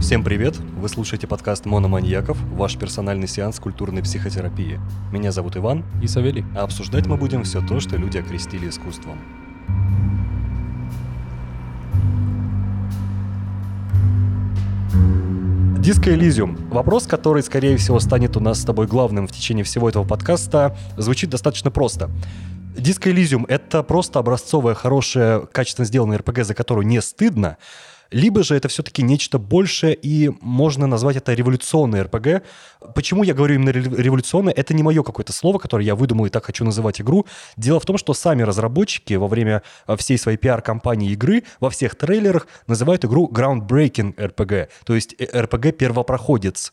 Всем привет! Вы слушаете подкаст «Мономаньяков», ваш персональный сеанс культурной психотерапии. Меня зовут Иван. И Савелий. А обсуждать мы будем все то, что люди окрестили искусством. Disco Elysium. Вопрос, который, скорее всего, станет у нас с тобой главным в течение всего этого подкаста, звучит достаточно просто. Disco Elysium — это просто образцовая, хорошая, качественно сделанная РПГ, за которую не стыдно, либо же это все-таки нечто большее, и можно назвать это революционной РПГ. Почему я говорю именно революционной? Это не мое какое-то слово, которое я выдумал и так хочу называть игру. Дело в том, что сами разработчики во время всей своей пиар-кампании игры во всех трейлерах называют игру groundbreaking RPG, то есть RPG-первопроходец.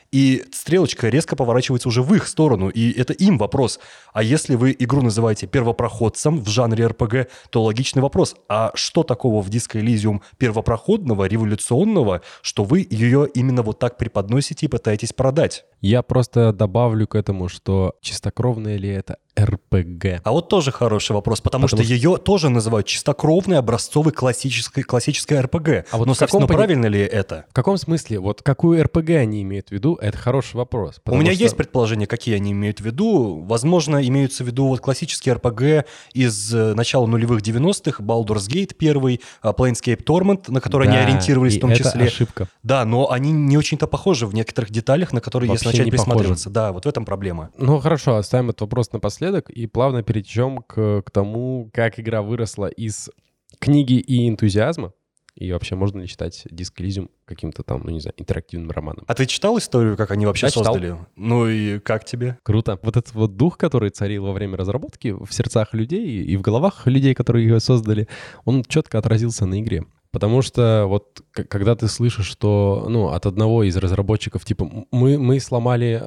И стрелочка резко поворачивается уже в их сторону, и это им вопрос. А если вы игру называете первопроходцем в жанре РПГ, то логичный вопрос, а что такого в Disco Elysium первопроходного, революционного, что вы ее именно вот так преподносите и пытаетесь продать? Я просто добавлю к этому, что чистокровное ли это РПГ? А вот тоже хороший вопрос, потому что ее тоже называют чистокровной, образцовой, классической РПГ. А вот но, собственно, правильно ли это? В каком смысле? Вот какую РПГ они имеют в виду? Это хороший вопрос. У меня есть предположение, какие они имеют в виду. Возможно, имеются в виду вот классические РПГ из начала нулевых 90-х, Baldur's Gate 1, Planescape Torment, на который они ориентировались в том числе. Это ошибка. Да, но они не очень-то похожи в некоторых деталях, на которые Вообще если начать присматриваться. Похожи. Да, вот в этом проблема. Ну хорошо, оставим этот вопрос напоследок и плавно перейдем к тому, как игра выросла из книги и энтузиазма. И вообще, можно ли считать Disco Elysium каким-то там, ну не знаю, интерактивным романом? А ты читал историю, как они вообще создали? Читал. Ну и как тебе? Круто. Вот этот вот дух, который царил во время разработки в сердцах людей и в головах людей, которые ее создали, он четко отразился на игре. Потому что вот когда ты слышишь, что от одного из разработчиков, типа, мы сломали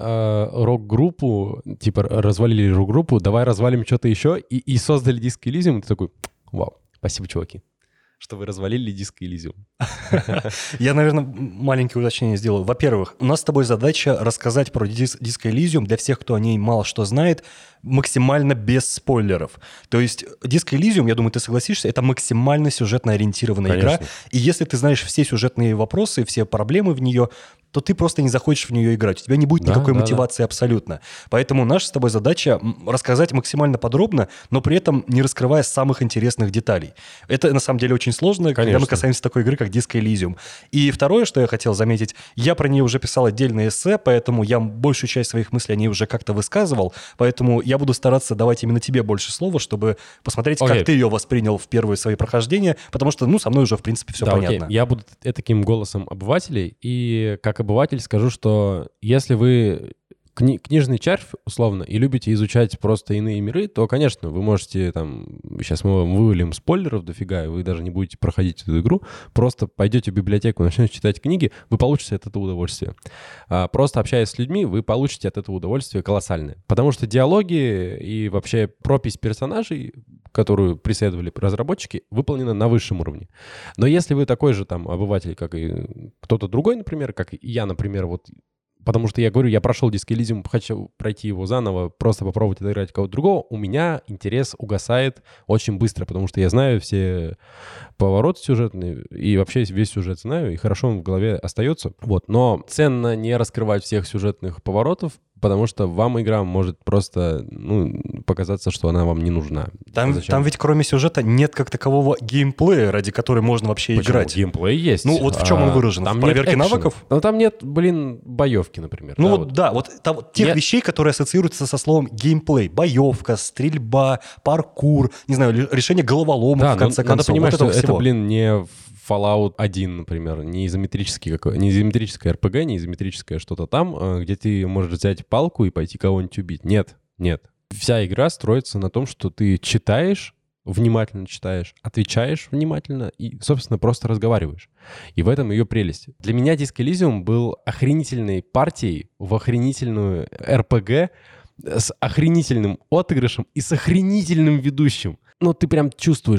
рок-группу, типа, развалили рок-группу, давай развалим что-то еще, и создали Disco Elysium, ты такой, вау, спасибо, чуваки, что вы развалили Disco Elysium. Я, наверное, маленькое уточнение сделаю. Во-первых, у нас с тобой задача рассказать про Disco Elysium для всех, кто о ней мало что знает, максимально без спойлеров. То есть Disco Elysium, я думаю, ты согласишься, это максимально сюжетно ориентированная игра. И если ты знаешь все сюжетные вопросы, все проблемы в нее, то ты просто не захочешь в нее играть. У тебя не будет никакой мотивации абсолютно. Поэтому наша с тобой задача рассказать максимально подробно, но при этом не раскрывая самых интересных деталей. Это на самом деле очень сложно, когда мы касаемся такой игры, как Disco Elysium. И второе, что я хотел заметить, я про нее уже писал отдельное эссе, поэтому я большую часть своих мыслей о ней уже как-то высказывал, поэтому я буду стараться давать именно тебе больше слова, чтобы посмотреть, как ты ее воспринял в первые свои прохождения, потому что, со мной уже, в принципе, все понятно. Я буду таким голосом обывателей, и как обыватель скажу, что если вы книжный червь, условно, и любите изучать просто иные миры, то, конечно, вы можете сейчас мы вам вывалим спойлеров дофига, и вы даже не будете проходить эту игру, просто пойдете в библиотеку, начнете читать книги, вы получите от этого удовольствие. Просто общаясь с людьми, вы получите от этого удовольствие колоссальное. Потому что диалоги и вообще пропись персонажей, которую преследовали разработчики, выполнена на высшем уровне. Но если вы такой же обыватель, как и кто-то другой, например, как я, например, потому что я говорю, я прошел Disco Elysium, хочу пройти его заново, просто попробовать отыграть кого-то другого, у меня интерес угасает очень быстро, потому что я знаю все повороты сюжетные, и вообще весь сюжет знаю, и хорошо он в голове остается. Но ценно не раскрывать всех сюжетных поворотов, потому что вам игра может просто показаться, что она вам не нужна. Там ведь кроме сюжета нет как такового геймплея, ради которого можно вообще играть. Геймплей есть. Вот в чем он выражен? Там в проверке навыков? Там нет, боевки, например. Тех вещей, которые ассоциируются со словом геймплей. Боевка, стрельба, паркур, не знаю, решение головоломок, в конце концов. Надо понимать, что всего. Это, не Fallout 1, например, не изометрическая RPG, не изометрическое что-то там, где ты можешь взять палку и пойти кого-нибудь убить. Нет. Вся игра строится на том, что ты внимательно читаешь, отвечаешь внимательно и, собственно, просто разговариваешь. И в этом ее прелесть. Для меня Disco Elysium был охренительной партией в охренительную RPG с охренительным отыгрышем и с охренительным ведущим. Ты прям чувствуешь,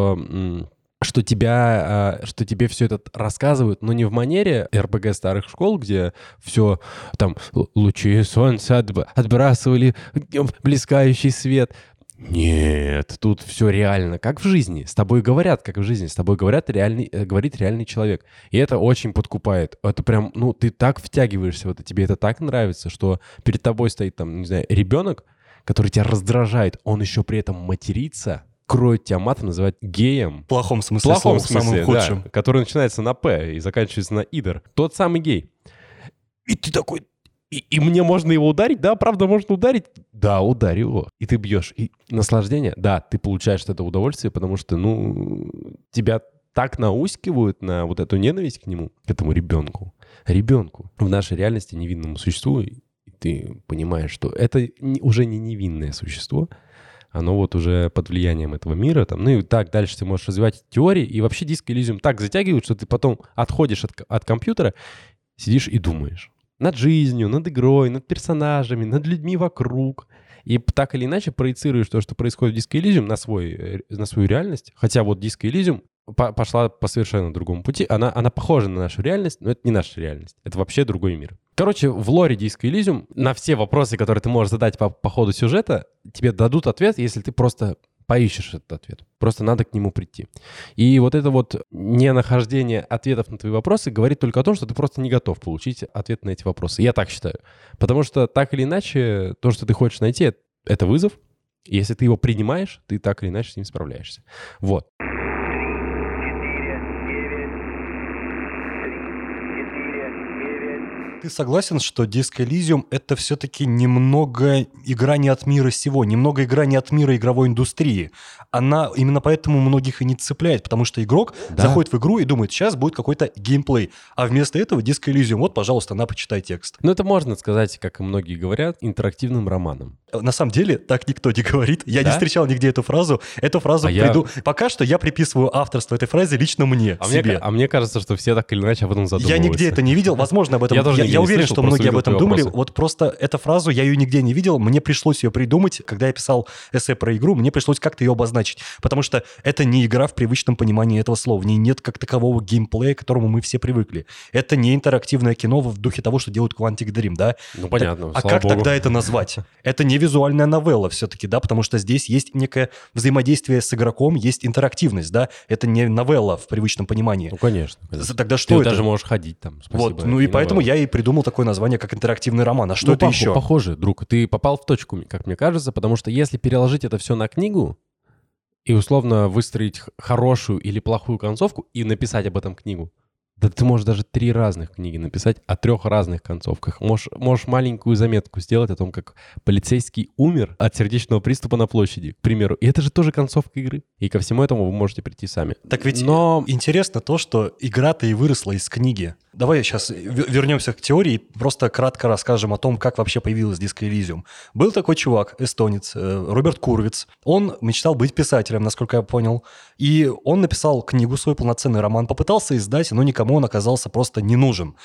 что тебе все это рассказывают, но не в манере РПГ старых школ, где все лучи солнца отбрасывали блескающий свет. Нет, тут все реально, как в жизни. С тобой говорят, как в жизни. С тобой говорит реальный человек. И это очень подкупает. Это прям, ты так втягиваешься в это, тебе это так нравится, что перед тобой стоит там, не знаю, ребенок, который тебя раздражает, он еще при этом матерится, кроет тебя матом, называет геем. В плохом смысле слова, в самом худшем. Да, который начинается на «П» и заканчивается на «идер». Тот самый гей. И ты такой... И мне можно его ударить? Да, правда, можно ударить? Да, ударь его. И ты бьешь. И наслаждение? Да, ты получаешь это удовольствие, потому что, тебя так наускивают на вот эту ненависть к нему, к этому ребенку. Ребенку. В нашей реальности невинному существу, и ты понимаешь, что это уже не невинное существо, оно вот уже под влиянием этого мира. Там, и так дальше ты можешь развивать теории. И вообще Disco Elysium так затягивает, что ты потом отходишь от компьютера, сидишь и думаешь. Над жизнью, над игрой, над персонажами, над людьми вокруг. И так или иначе проецируешь то, что происходит в Disco Elysium на свою реальность. Хотя вот Disco Elysium пошла по совершенно другому пути. Она похожа на нашу реальность, но это не наша реальность. Это вообще другой мир. Короче, в лоре Disco Elysium на все вопросы, которые ты можешь задать по ходу сюжета, тебе дадут ответ, если ты просто поищешь этот ответ. Просто надо к нему прийти. И вот это вот ненахождение ответов на твои вопросы говорит только о том, что ты просто не готов получить ответ на эти вопросы. Я так считаю. Потому что так или иначе, то, что ты хочешь найти, это вызов. И если ты его принимаешь, ты так или иначе с ним справляешься. Вот. Ты согласен, что Disco Elysium — это все-таки немного игра не от мира сего, немного игра не от мира игровой индустрии? Она именно поэтому многих и не цепляет, потому что игрок заходит в игру и думает, сейчас будет какой-то геймплей, а вместо этого Disco Elysium, вот, пожалуйста, почитай текст. Это можно сказать, как и многие говорят, интерактивным романом. На самом деле так никто не говорит. Я не встречал нигде эту фразу. Эту фразу пока что я приписываю авторство этой фразе лично мне, себе. Мне кажется, что все так или иначе об этом задумываются. Я нигде это не видел. Возможно, об этом... Я уверен, что многие об этом думали. Вот просто эту фразу я ее нигде не видел. Мне пришлось ее придумать. Когда я писал эссе про игру, мне пришлось как-то ее обозначить. Потому что это не игра в привычном понимании этого слова. В ней нет как такового геймплея, к которому мы все привыкли. Это не интерактивное кино в духе того, что делают Quantic Dream, да? Понятно. А как тогда это назвать? Это не визуальная новелла все-таки, да? Потому что здесь есть некое взаимодействие с игроком, есть интерактивность, да? Это не новелла в привычном понимании. Конечно. Тогда что это? Ты даже можешь ходить там. Спасибо. Вот, и поэтому я и придумал такое название, как интерактивный роман. А что это еще? Похоже, друг. Ты попал в точку, как мне кажется, потому что если переложить это все на книгу и условно выстроить хорошую или плохую концовку и написать об этом книгу, да ты можешь даже 3 разных книги написать о 3 разных концовках. Можешь маленькую заметку сделать о том, как полицейский умер от сердечного приступа на площади, к примеру. И это же тоже концовка игры. И ко всему этому вы можете прийти сами. Так ведь интересно то, что игра-то и выросла из книги. Давай сейчас вернемся к теории и просто кратко расскажем о том, как вообще появилась Disco Elysium. Был такой чувак, эстонец, Роберт Курвиц. Он мечтал быть писателем, насколько я понял. И он написал книгу, свой полноценный роман, попытался издать, но никому он оказался просто не нужен.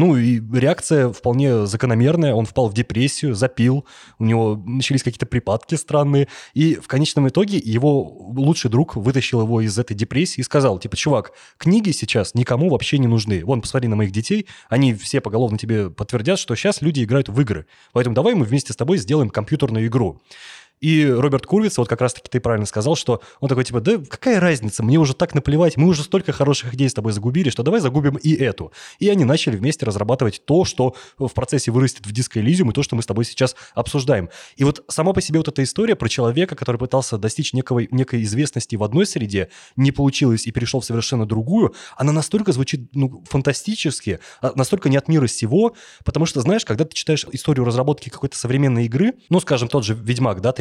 И реакция вполне закономерная. Он впал в депрессию, запил, у него начались какие-то припадки странные. И в конечном итоге его лучший друг вытащил его из этой депрессии и сказал, чувак, книги сейчас никому вообще не нужны. Вон, посмотри на моих детей, они все поголовно тебе подтвердят, что сейчас люди играют в игры. Поэтому давай мы вместе с тобой сделаем компьютерную игру. И Роберт Курвиц, вот как раз-таки ты правильно сказал, что он такой, да какая разница, мне уже так наплевать, мы уже столько хороших идей с тобой загубили, что давай загубим и эту. И они начали вместе разрабатывать то, что в процессе вырастет в Disco Elysium, и то, что мы с тобой сейчас обсуждаем. И вот сама по себе вот эта история про человека, который пытался достичь некой известности в одной среде, не получилось и перешел в совершенно другую, она настолько звучит фантастически, настолько не от мира сего, потому что, знаешь, когда ты читаешь историю разработки какой-то современной игры, скажем, тот же «Ведьмак», да,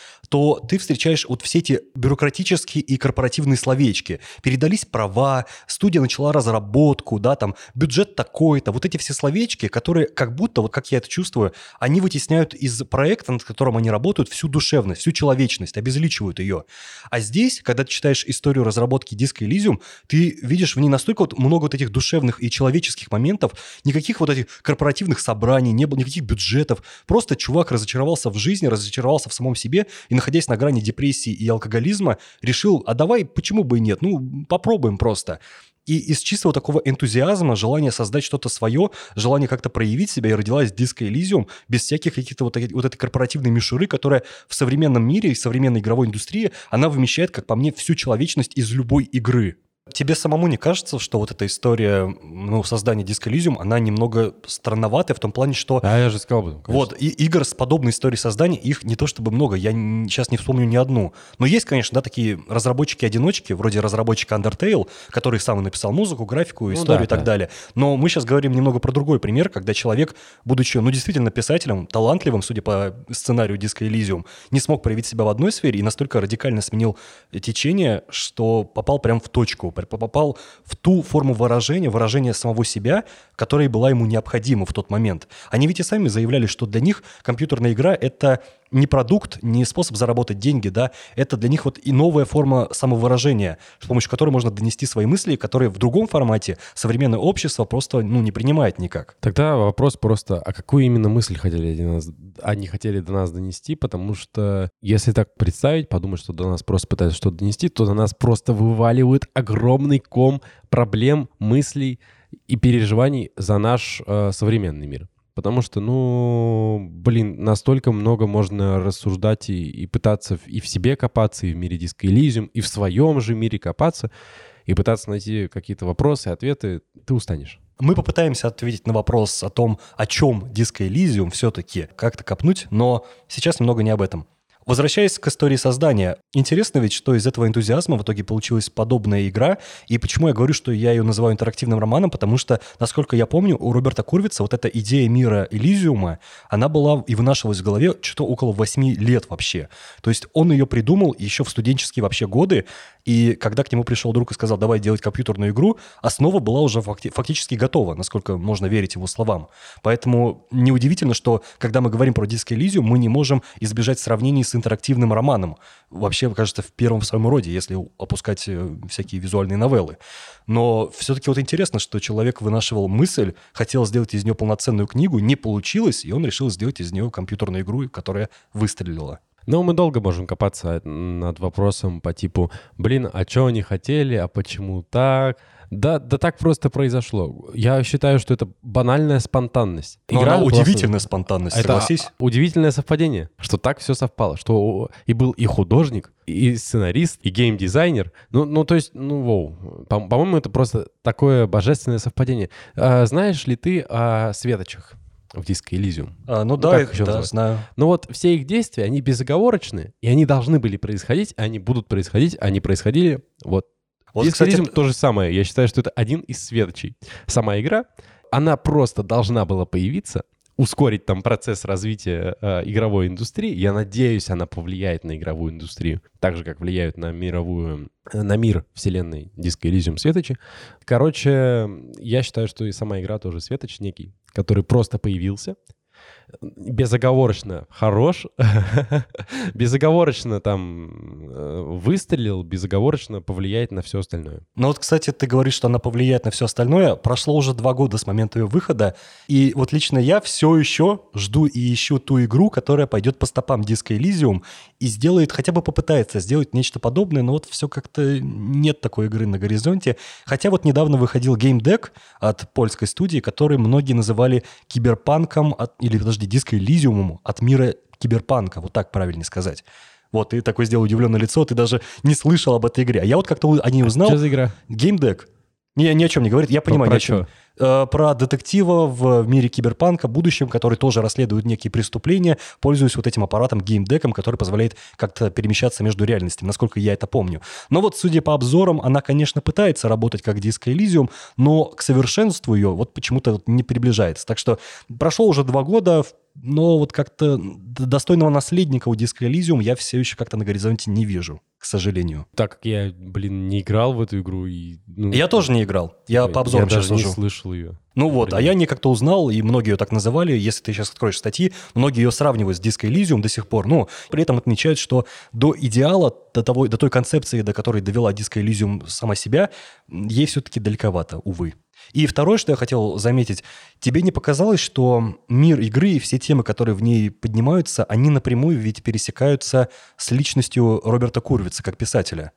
то ты встречаешь вот все эти бюрократические и корпоративные словечки. Передались права, студия начала разработку, да, там, бюджет такой-то. Вот эти все словечки, которые как будто, вот как я это чувствую, они вытесняют из проекта, над которым они работают, всю душевность, всю человечность, обезличивают ее. А здесь, когда ты читаешь историю разработки Disco Elysium, ты видишь в ней настолько вот много вот этих душевных и человеческих моментов, никаких вот этих корпоративных собраний, не было никаких бюджетов. Просто чувак разочаровался в жизни, разочаровался в самом себе и, находясь на грани депрессии и алкоголизма, решил, а давай, почему бы и нет? Попробуем просто. И из чистого такого энтузиазма, желания создать что-то свое, желания как-то проявить себя, и родилась Disco Elysium без всяких каких-то вот этой корпоративной мишуры, которая в современном мире, в современной игровой индустрии, она вымещает, как по мне, всю человечность из любой игры. Тебе самому не кажется, что вот эта история, создания Disco Elysium, она немного странноватая в том плане, что... А я же сказал об этом, конечно. Вот, и игр с подобной историей создания, их не то чтобы много, я сейчас не вспомню ни одну. Но есть, конечно, да, такие разработчики-одиночки, вроде разработчика Undertale, который сам написал музыку, графику, историю и так далее. Но мы сейчас говорим немного про другой пример, когда человек, будучи, действительно писателем, талантливым, судя по сценарию Disco Elysium, не смог проявить себя в одной сфере и настолько радикально сменил течение, что попал прям в точку, попал в ту форму выражения самого себя, которая была ему необходима в тот момент. Они ведь и сами заявляли, что для них компьютерная игра — это не продукт, не способ заработать деньги, да, это для них вот и новая форма самовыражения, с помощью которой можно донести свои мысли, которые в другом формате современное общество просто, не принимает никак. Тогда вопрос просто, а какую именно мысль они хотели до нас донести, потому что если так представить, подумать, что до нас просто пытаются что-то донести, то до нас просто вываливают огромный ком проблем, мыслей и переживаний за наш современный мир. Потому что, настолько много можно рассуждать и пытаться и в себе копаться, и в мире Disco Elysium, и в своем же мире копаться, и пытаться найти какие-то вопросы, ответы, ты устанешь. Мы попытаемся ответить на вопрос о том, о чем Disco Elysium все-таки, как-то копнуть, но сейчас немного не об этом. Возвращаясь к истории создания, интересно ведь, что из этого энтузиазма в итоге получилась подобная игра, и почему я говорю, что я ее называю интерактивным романом, потому что, насколько я помню, у Роберта Курвица вот эта идея мира Элизиума, она была и вынашивалась в голове что-то около 8 лет вообще. То есть он ее придумал еще в студенческие вообще годы, и когда к нему пришел друг и сказал, давай делать компьютерную игру, основа была уже фактически готова, насколько можно верить его словам. Поэтому неудивительно, что когда мы говорим про Disco Elysium, мы не можем избежать сравнений с интерактивным романом. Вообще, кажется, в первом своем роде, если опускать всякие визуальные новеллы. Но все-таки вот интересно, что человек вынашивал мысль, хотел сделать из нее полноценную книгу, не получилось, и он решил сделать из нее компьютерную игру, которая выстрелила. Но мы долго можем копаться над вопросом по типу, а что они хотели, а почему так? Да так просто произошло. Я считаю, что это банальная спонтанность. Но она удивительная спонтанность, согласись? Это удивительное совпадение, что так все совпало, что и был и художник, и сценарист, и геймдизайнер. По-моему, это просто такое божественное совпадение. Знаешь ли ты о светочах в Disco Elysium? Да, знаю. Но вот все их действия, они безоговорочны, и они должны были происходить, они будут происходить, они происходили вот. Disco Elysium то же самое. Я считаю, что это один из светочей. Сама игра, она просто должна была появиться, ускорить там процесс развития игровой индустрии. Я надеюсь, она повлияет на игровую индустрию, так же, как влияют на мир вселенной Disco Elysium светочи. Короче, я считаю, что и сама игра тоже светоч некий, который просто появился, безоговорочно хорош, безоговорочно там выстрелил, безоговорочно повлияет на все остальное. Ну вот, кстати, ты говоришь, что она повлияет на все остальное. Прошло уже 2 года с момента ее выхода, и вот лично я все еще жду и ищу ту игру, которая пойдет по стопам Disco Elysium и сделает, хотя бы попытается сделать нечто подобное, но вот все как-то нет такой игры на горизонте. Хотя вот недавно выходил Game Deck от польской студии, который многие называли киберпанком, Disco Elysium от мира киберпанка, вот так правильнее сказать. Вот, ты такое сделал удивленное лицо, ты даже не слышал об этой игре. А я вот как-то о ней узнал. Что за игра? Game Deck. Ни о чем не говорит, я понимаю, ни о чем. Про детектива в мире киберпанка, будущем, который тоже расследует некие преступления, пользуясь вот этим аппаратом геймдеком, который позволяет как-то перемещаться между реальностями, насколько я это помню. Но вот, судя по обзорам, она, конечно, пытается работать как Disco Elysium, но к совершенству ее вот почему-то не приближается. Так что прошло уже 2 года, но вот как-то достойного наследника у Disco Elysium я все еще как-то на горизонте не вижу, к сожалению. Так как я, не играл в эту игру. Я тоже не играл. Я по обзорам сейчас сужу. Я даже не слышал ее. А я не как-то узнал, и многие ее так называли. Если ты сейчас откроешь статьи, многие ее сравнивают с Disco Elysium до сих пор. Но при этом отмечают, что до идеала, до той концепции, до которой довела Disco Elysium сама себя, ей все-таки далековато, увы. И второе, что я хотел заметить, тебе не показалось, что мир игры и все темы, которые в ней поднимаются, они напрямую ведь пересекаются с личностью Роберта Курвица как писателя?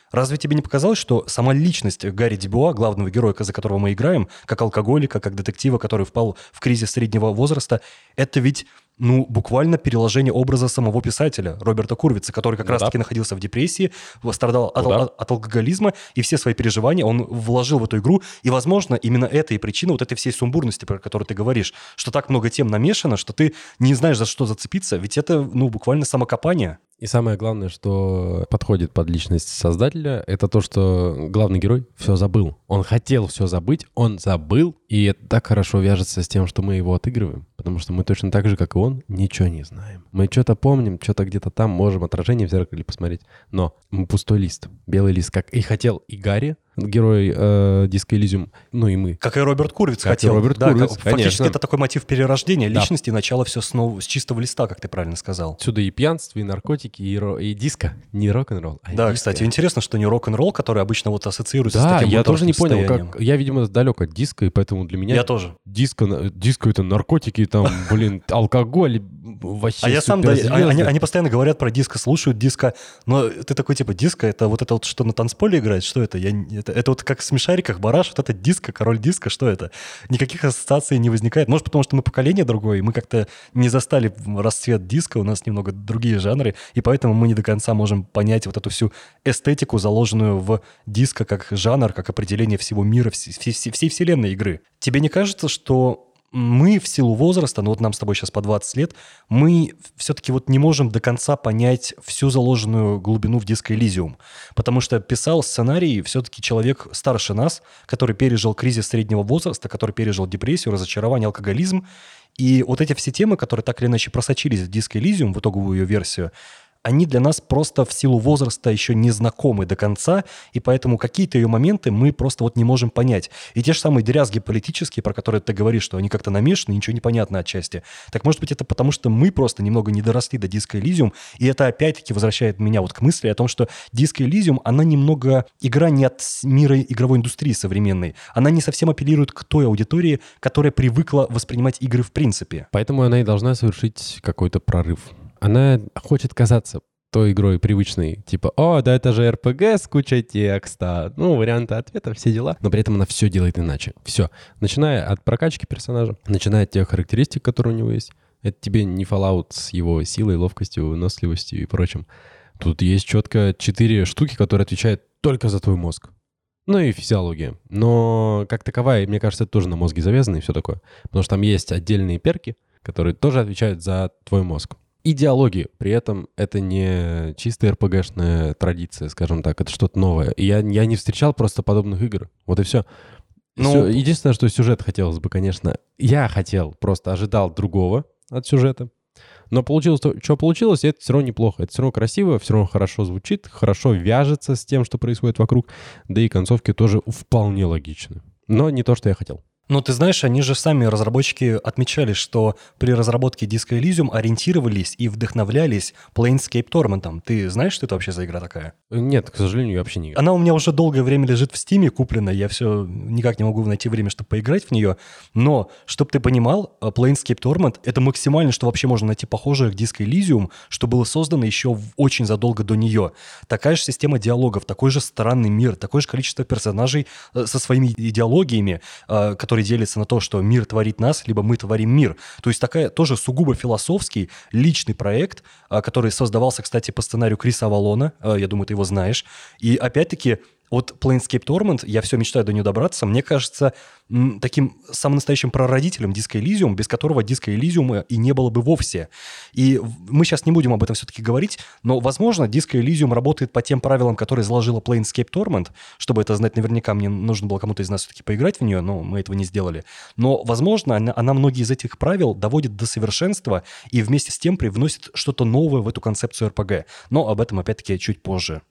Разве тебе не показалось, что сама личность Гарри Дебюа, главного героя, за которого мы играем, как алкоголика, как детектива, который впал в кризис среднего возраста, это ведь буквально переложение образа самого писателя Роберта Курвица, который как раз-таки находился в депрессии, страдал от алкоголизма, и все свои переживания он вложил в эту игру. И, возможно, именно это и причина вот этой всей сумбурности, про которую ты говоришь, что так много тем намешано, что ты не знаешь, за что зацепиться, ведь это, буквально самокопание. И самое главное, что подходит под личность создателя, это то, что главный герой все забыл. Он хотел все забыть, он забыл, и это так хорошо вяжется с тем, что мы его отыгрываем, потому что мы точно так же, как и он, ничего не знаем. Мы что-то помним, что-то где-то там можем отражение в зеркале посмотреть, но мы пустой лист, белый лист, как и хотел и Гарри, герой Disco Elysium, и мы. Как и Роберт Курвиц хотел. Роберт Курвиц, фактически это такой мотив перерождения личности, начало все снова с чистого листа, как ты правильно сказал. Отсюда и пьянство, и наркотики, и диско. Не рок-н-ролл, а да, диско. Кстати, интересно, что не рок-н-ролл, который обычно ассоциируется с таким я тоже не понял, состоянием. как... Я, видимо, далек от диска, и поэтому для меня... Я тоже. Диско это наркотики, там, алкоголь, вообще А я сам, они постоянно говорят про диско, слушают диско, но ты такой, диско, это вот что на танцполе играет, что это? Это вот как в смешариках, бараш, вот это диско, король диско, что это? Никаких ассоциаций не возникает. Может, потому что мы поколение другое, и мы как-то не застали расцвет диска, у нас немного другие жанры, и поэтому мы не до конца можем понять вот эту всю эстетику, заложенную в диско как жанр, как определение всего мира, всей вселенной игры. Тебе не кажется, что мы в силу возраста, нам с тобой сейчас по 20 лет, мы все-таки не можем до конца понять всю заложенную глубину в Disco Elysium, потому что писал сценарий все-таки человек старше нас, который пережил кризис среднего возраста, который пережил депрессию, разочарование, алкоголизм, и вот эти все темы, которые так или иначе просочились в Disco Elysium, в итоговую ее версию, они для нас просто в силу возраста еще не знакомы до конца, и поэтому какие-то ее моменты мы просто не можем понять. И те же самые дрязги политические, про которые ты говоришь, что они как-то намешаны, ничего не понятно отчасти. Так может быть это потому, что мы просто немного не доросли до Disco Elysium, и это опять-таки возвращает меня к мысли о том, что Disco Elysium, она немного игра не от мира игровой индустрии современной. Она не совсем апеллирует к той аудитории, которая привыкла воспринимать игры в принципе. Поэтому она и должна совершить какой-то прорыв. Она хочет казаться той игрой привычной, типа, да это же РПГ с кучей текста, варианты ответа, все дела. Но при этом она все делает иначе. Все. Начиная от прокачки персонажа, начиная от тех характеристик, которые у него есть. Это тебе не Fallout с его силой, ловкостью, выносливостью и прочим. Тут есть четко 4 штуки, которые отвечают только за твой мозг. И физиология. Но как таковая, мне кажется, это тоже на мозге завязано и все такое. Потому что там есть отдельные перки, которые тоже отвечают за твой мозг. И диалоги. При этом это не чистая РПГшная традиция, скажем так. Это что-то новое. И я не встречал просто подобных игр. Вот и все. Единственное, что сюжет хотелось бы, конечно... Я просто ожидал другого от сюжета. Но получилось то, что получилось, и это все равно неплохо. Это все равно красиво, все равно хорошо звучит, хорошо вяжется с тем, что происходит вокруг. Да и концовки тоже вполне логичны. Но не то, что я хотел. Ты знаешь, они же сами, разработчики, отмечали, что при разработке Disco Elysium ориентировались и вдохновлялись Planescape Torment. Ты знаешь, что это вообще за игра такая? Нет, к сожалению, я вообще не играю. Она у меня уже долгое время лежит в Steam, куплена, я все никак не могу найти время, чтобы поиграть в нее. Но, чтобы ты понимал, Planescape Torment — это максимально, что вообще можно найти похожее к Disco Elysium, что было создано еще очень задолго до нее. Такая же система диалогов, такой же странный мир, такое же количество персонажей со своими идеологиями, которые делится на то, что мир творит нас, либо мы творим мир. То есть такая тоже сугубо философский, личный проект, который создавался, кстати, по сценарию Криса Авалона. Я думаю, ты его знаешь. И опять-таки Planescape Torment, я все мечтаю до нее добраться, мне кажется, таким самым настоящим прародителем Disco Elysium, без которого Disco Elysium и не было бы вовсе. И мы сейчас не будем об этом все-таки говорить, но, возможно, Disco Elysium работает по тем правилам, которые заложила Planescape Torment. Чтобы это знать наверняка, мне нужно было кому-то из нас все-таки поиграть в нее, но мы этого не сделали. Но, возможно, она многие из этих правил доводит до совершенства и вместе с тем привносит что-то новое в эту концепцию RPG. Но об этом, опять-таки, чуть позже.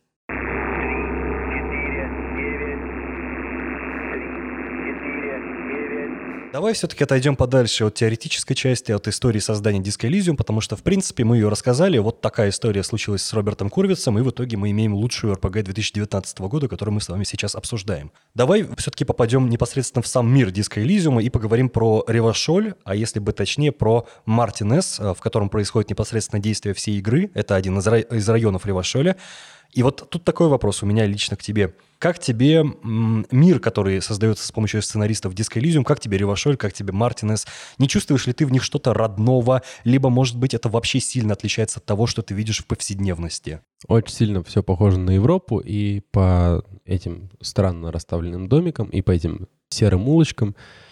Давай все-таки отойдем подальше от теоретической части, от истории создания Disco Elysium, потому что, в принципе, мы ее рассказали. Вот такая история случилась с Робертом Курвицем, и в итоге мы имеем лучшую RPG 2019 года, которую мы с вами сейчас обсуждаем. Давай все-таки попадем непосредственно в сам мир Disco Elysium и поговорим про Ревашоль, а если бы точнее, про Мартинес, в котором происходит непосредственно действие всей игры. Это один из районов Ревашоля. И вот тут такой вопрос у меня лично к тебе. Как тебе мир, который создается с помощью сценаристов Disco Elysium, как тебе Ревашоль, как тебе Мартинес? Не чувствуешь ли ты в них что-то родного? Либо, может быть, это вообще сильно отличается от того, что ты видишь в повседневности? Очень сильно все похоже на Европу, и по этим странно расставленным домикам, и по этим серым улочкам,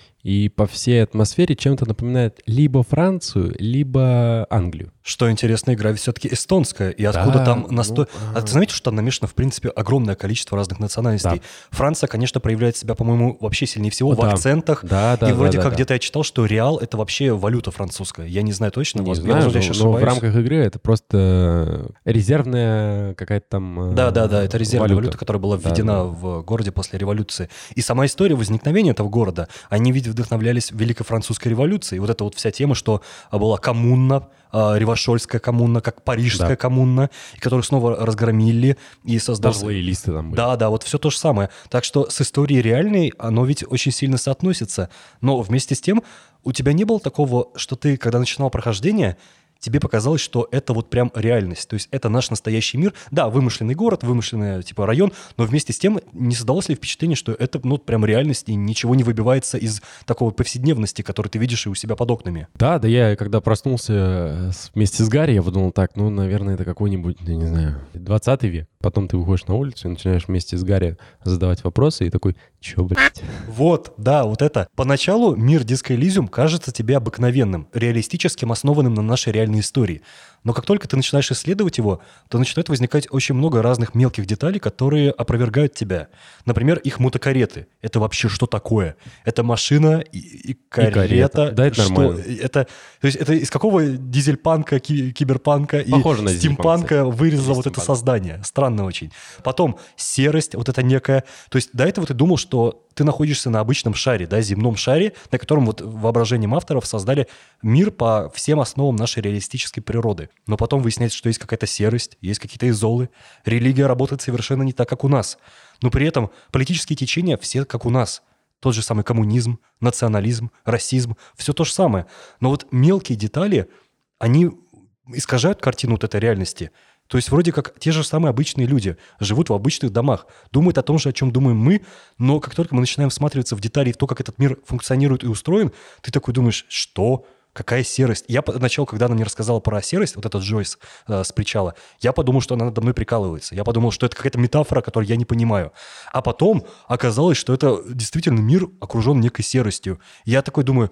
и по всей атмосфере чем-то напоминает либо Францию, либо Англию. Что интересно, игра все-таки эстонская, и откуда там настолько... А ты заметил, что там намешано, в принципе, огромное количество разных национальностей? Да. Франция, конечно, проявляет себя, по-моему, вообще сильнее всего в акцентах. И вроде как где-то я читал, что реал — это вообще валюта французская. Я не знаю точно, не знаю, но в рамках игры это просто резервная какая-то там Да, это резервная валюта, которая была введена в городе после революции. И сама история возникновения этого города, они ведь вдохновлялись Великой Французской революцией. Вот эта вот вся тема, что была коммуна, Ревашольская коммуна, как Парижская коммуна, и которую снова разгромили и создали... Даже лоялисты там были. Да, вот все то же самое. Так что с историей реальной оно ведь очень сильно соотносится. Но вместе с тем у тебя не было такого, что ты, когда начинал прохождение, тебе показалось, что это вот прям реальность. То есть это наш настоящий мир. Да, вымышленный город, вымышленный типа район, но вместе с тем не создалось ли впечатление, что это прям реальность и ничего не выбивается из такой повседневности, которую ты видишь и у себя под окнами? Да, я когда проснулся вместе с Гарри, я подумал так, наверное, это какой-нибудь, я не знаю, 20 век. Потом ты выходишь на улицу и начинаешь вместе с Гарри задавать вопросы и такой, чё, блядь? Вот это. Поначалу мир Disco Elysium кажется тебе обыкновенным, реалистическим, основанным на нашей реальной истории. Но как только ты начинаешь исследовать его, то начинает возникать очень много разных мелких деталей, которые опровергают тебя. Например, их мотокареты. Это вообще что такое? Это машина и карета. Да, это нормально. То есть это из какого дизельпанка, киберпанка и стимпанка вырезало вот это создание? Странно очень. Потом серость вот эта некая. То есть до этого ты думал, что ты находишься на обычном шаре, да, земном шаре, на котором вот воображением авторов создали мир по всем основам нашей реалистической природы. Но потом выясняется, что есть какая-то серость, есть какие-то изолы. Религия работает совершенно не так, как у нас. Но при этом политические течения все как у нас. Тот же самый коммунизм, национализм, расизм, все то же самое. Но вот мелкие детали, они искажают картину вот этой реальности. То есть вроде как те же самые обычные люди живут в обычных домах, думают о том же, о чем думаем мы, но как только мы начинаем всматриваться в детали, в то, как этот мир функционирует и устроен, ты такой думаешь, что? Какая серость? Я поначалу, когда она мне рассказала про серость, вот этот Джойс с причала, я подумал, что она надо мной прикалывается. Я подумал, что это какая-то метафора, которую я не понимаю. А потом оказалось, что это действительно мир окружен некой серостью. Я такой думаю,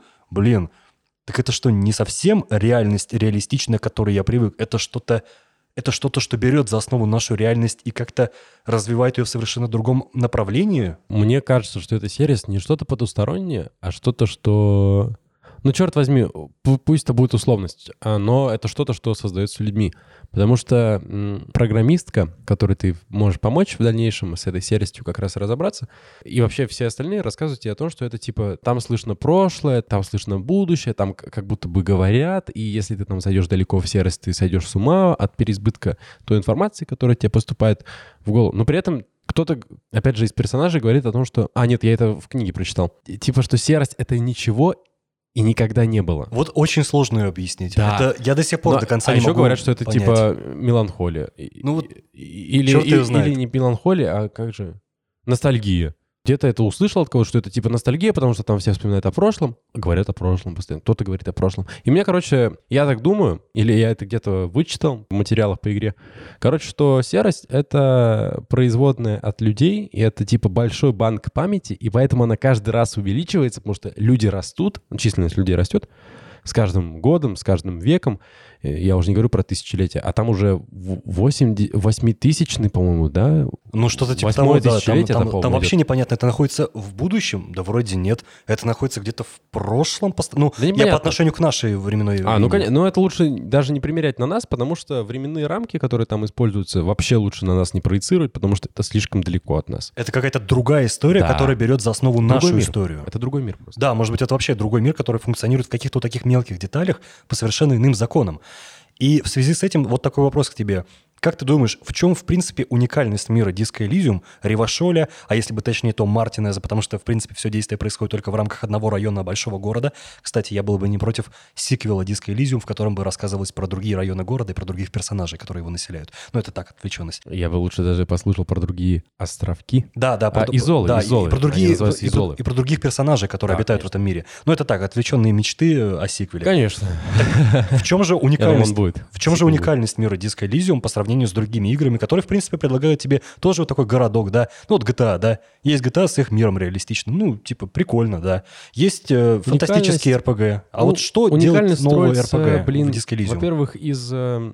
так это что, не совсем реальность реалистичная, к которой я привык? Это что-то, что берет за основу нашу реальность и как-то развивает ее в совершенно другом направлении? Мне кажется, что эта серость не что-то потустороннее, а что-то, что... черт возьми, пусть это будет условность, но это что-то, что создается людьми. Потому что программистка, которой ты можешь помочь в дальнейшем с этой серостью как раз разобраться, и вообще все остальные рассказывают тебе о том, что это типа там слышно прошлое, там слышно будущее, там как будто бы говорят, и если ты там зайдешь далеко в серость, ты сойдешь с ума от переизбытка той информации, которая тебе поступает в голову. Но при этом кто-то, опять же, из персонажей говорит о том, что... нет, я это в книге прочитал. Типа, что серость — это ничего... И никогда не было. Вот очень сложно ее объяснить. Да. Это я до сих пор до конца не могу еще говорят, что это понять. Типа меланхолия. Или не меланхолия, а как же? Ностальгия. Где-то это услышал от кого-то, что это типа ностальгия, потому что там все вспоминают о прошлом, говорят о прошлом постоянно. Кто-то говорит о прошлом. И мне, я так думаю, или я это где-то вычитал в материалах по игре, что серость — это производная от людей, и это типа большой банк памяти, и поэтому она каждый раз увеличивается, потому что люди растут, численность людей растет с каждым годом, с каждым веком. Я уже не говорю про тысячелетия, а там уже 8000-й, по-моему, да? Что-то типа того, да. Там вообще идет. Непонятно, это находится в будущем? Да вроде нет. Это находится где-то в прошлом. Я по отношению к нашей временной... конечно, это лучше даже не примерять на нас, потому что временные рамки, которые там используются, вообще лучше на нас не проецировать, потому что это слишком далеко от нас. Это какая-то другая история, которая берет за основу нашу историю. Это другой мир просто. Да, может быть, это вообще другой мир, который функционирует в каких-то таких мелких деталях по совершенно иным законам. И в связи с этим вот такой вопрос к тебе. Как ты думаешь, в чем, в принципе, уникальность мира Disco Elysium, Ревашоля, а если бы точнее, то Мартинеза, потому что, в принципе, все действие происходит только в рамках одного района большого города. Кстати, я был бы не против сиквела Disco Elysium, в котором бы рассказывалось про другие районы города и про других персонажей, которые его населяют. Но это так, отвлеченность. Я бы лучше даже послушал про другие островки. Да, Изолы. И про других персонажей, которые обитают в этом мире. Но это так, отвлеченные мечты о сиквеле. Конечно. В чем же уникальность? будет. В чем же уникальность мира Disco Elysium по сравнению с другими играми, которые, в принципе, предлагают тебе тоже вот такой городок, да? Ну, вот GTA, да? Есть GTA с их миром реалистичным. Ну, типа, прикольно, да? Есть фантастические RPG. А вот что делает новый RPG в Disco Elysium? Во-первых, из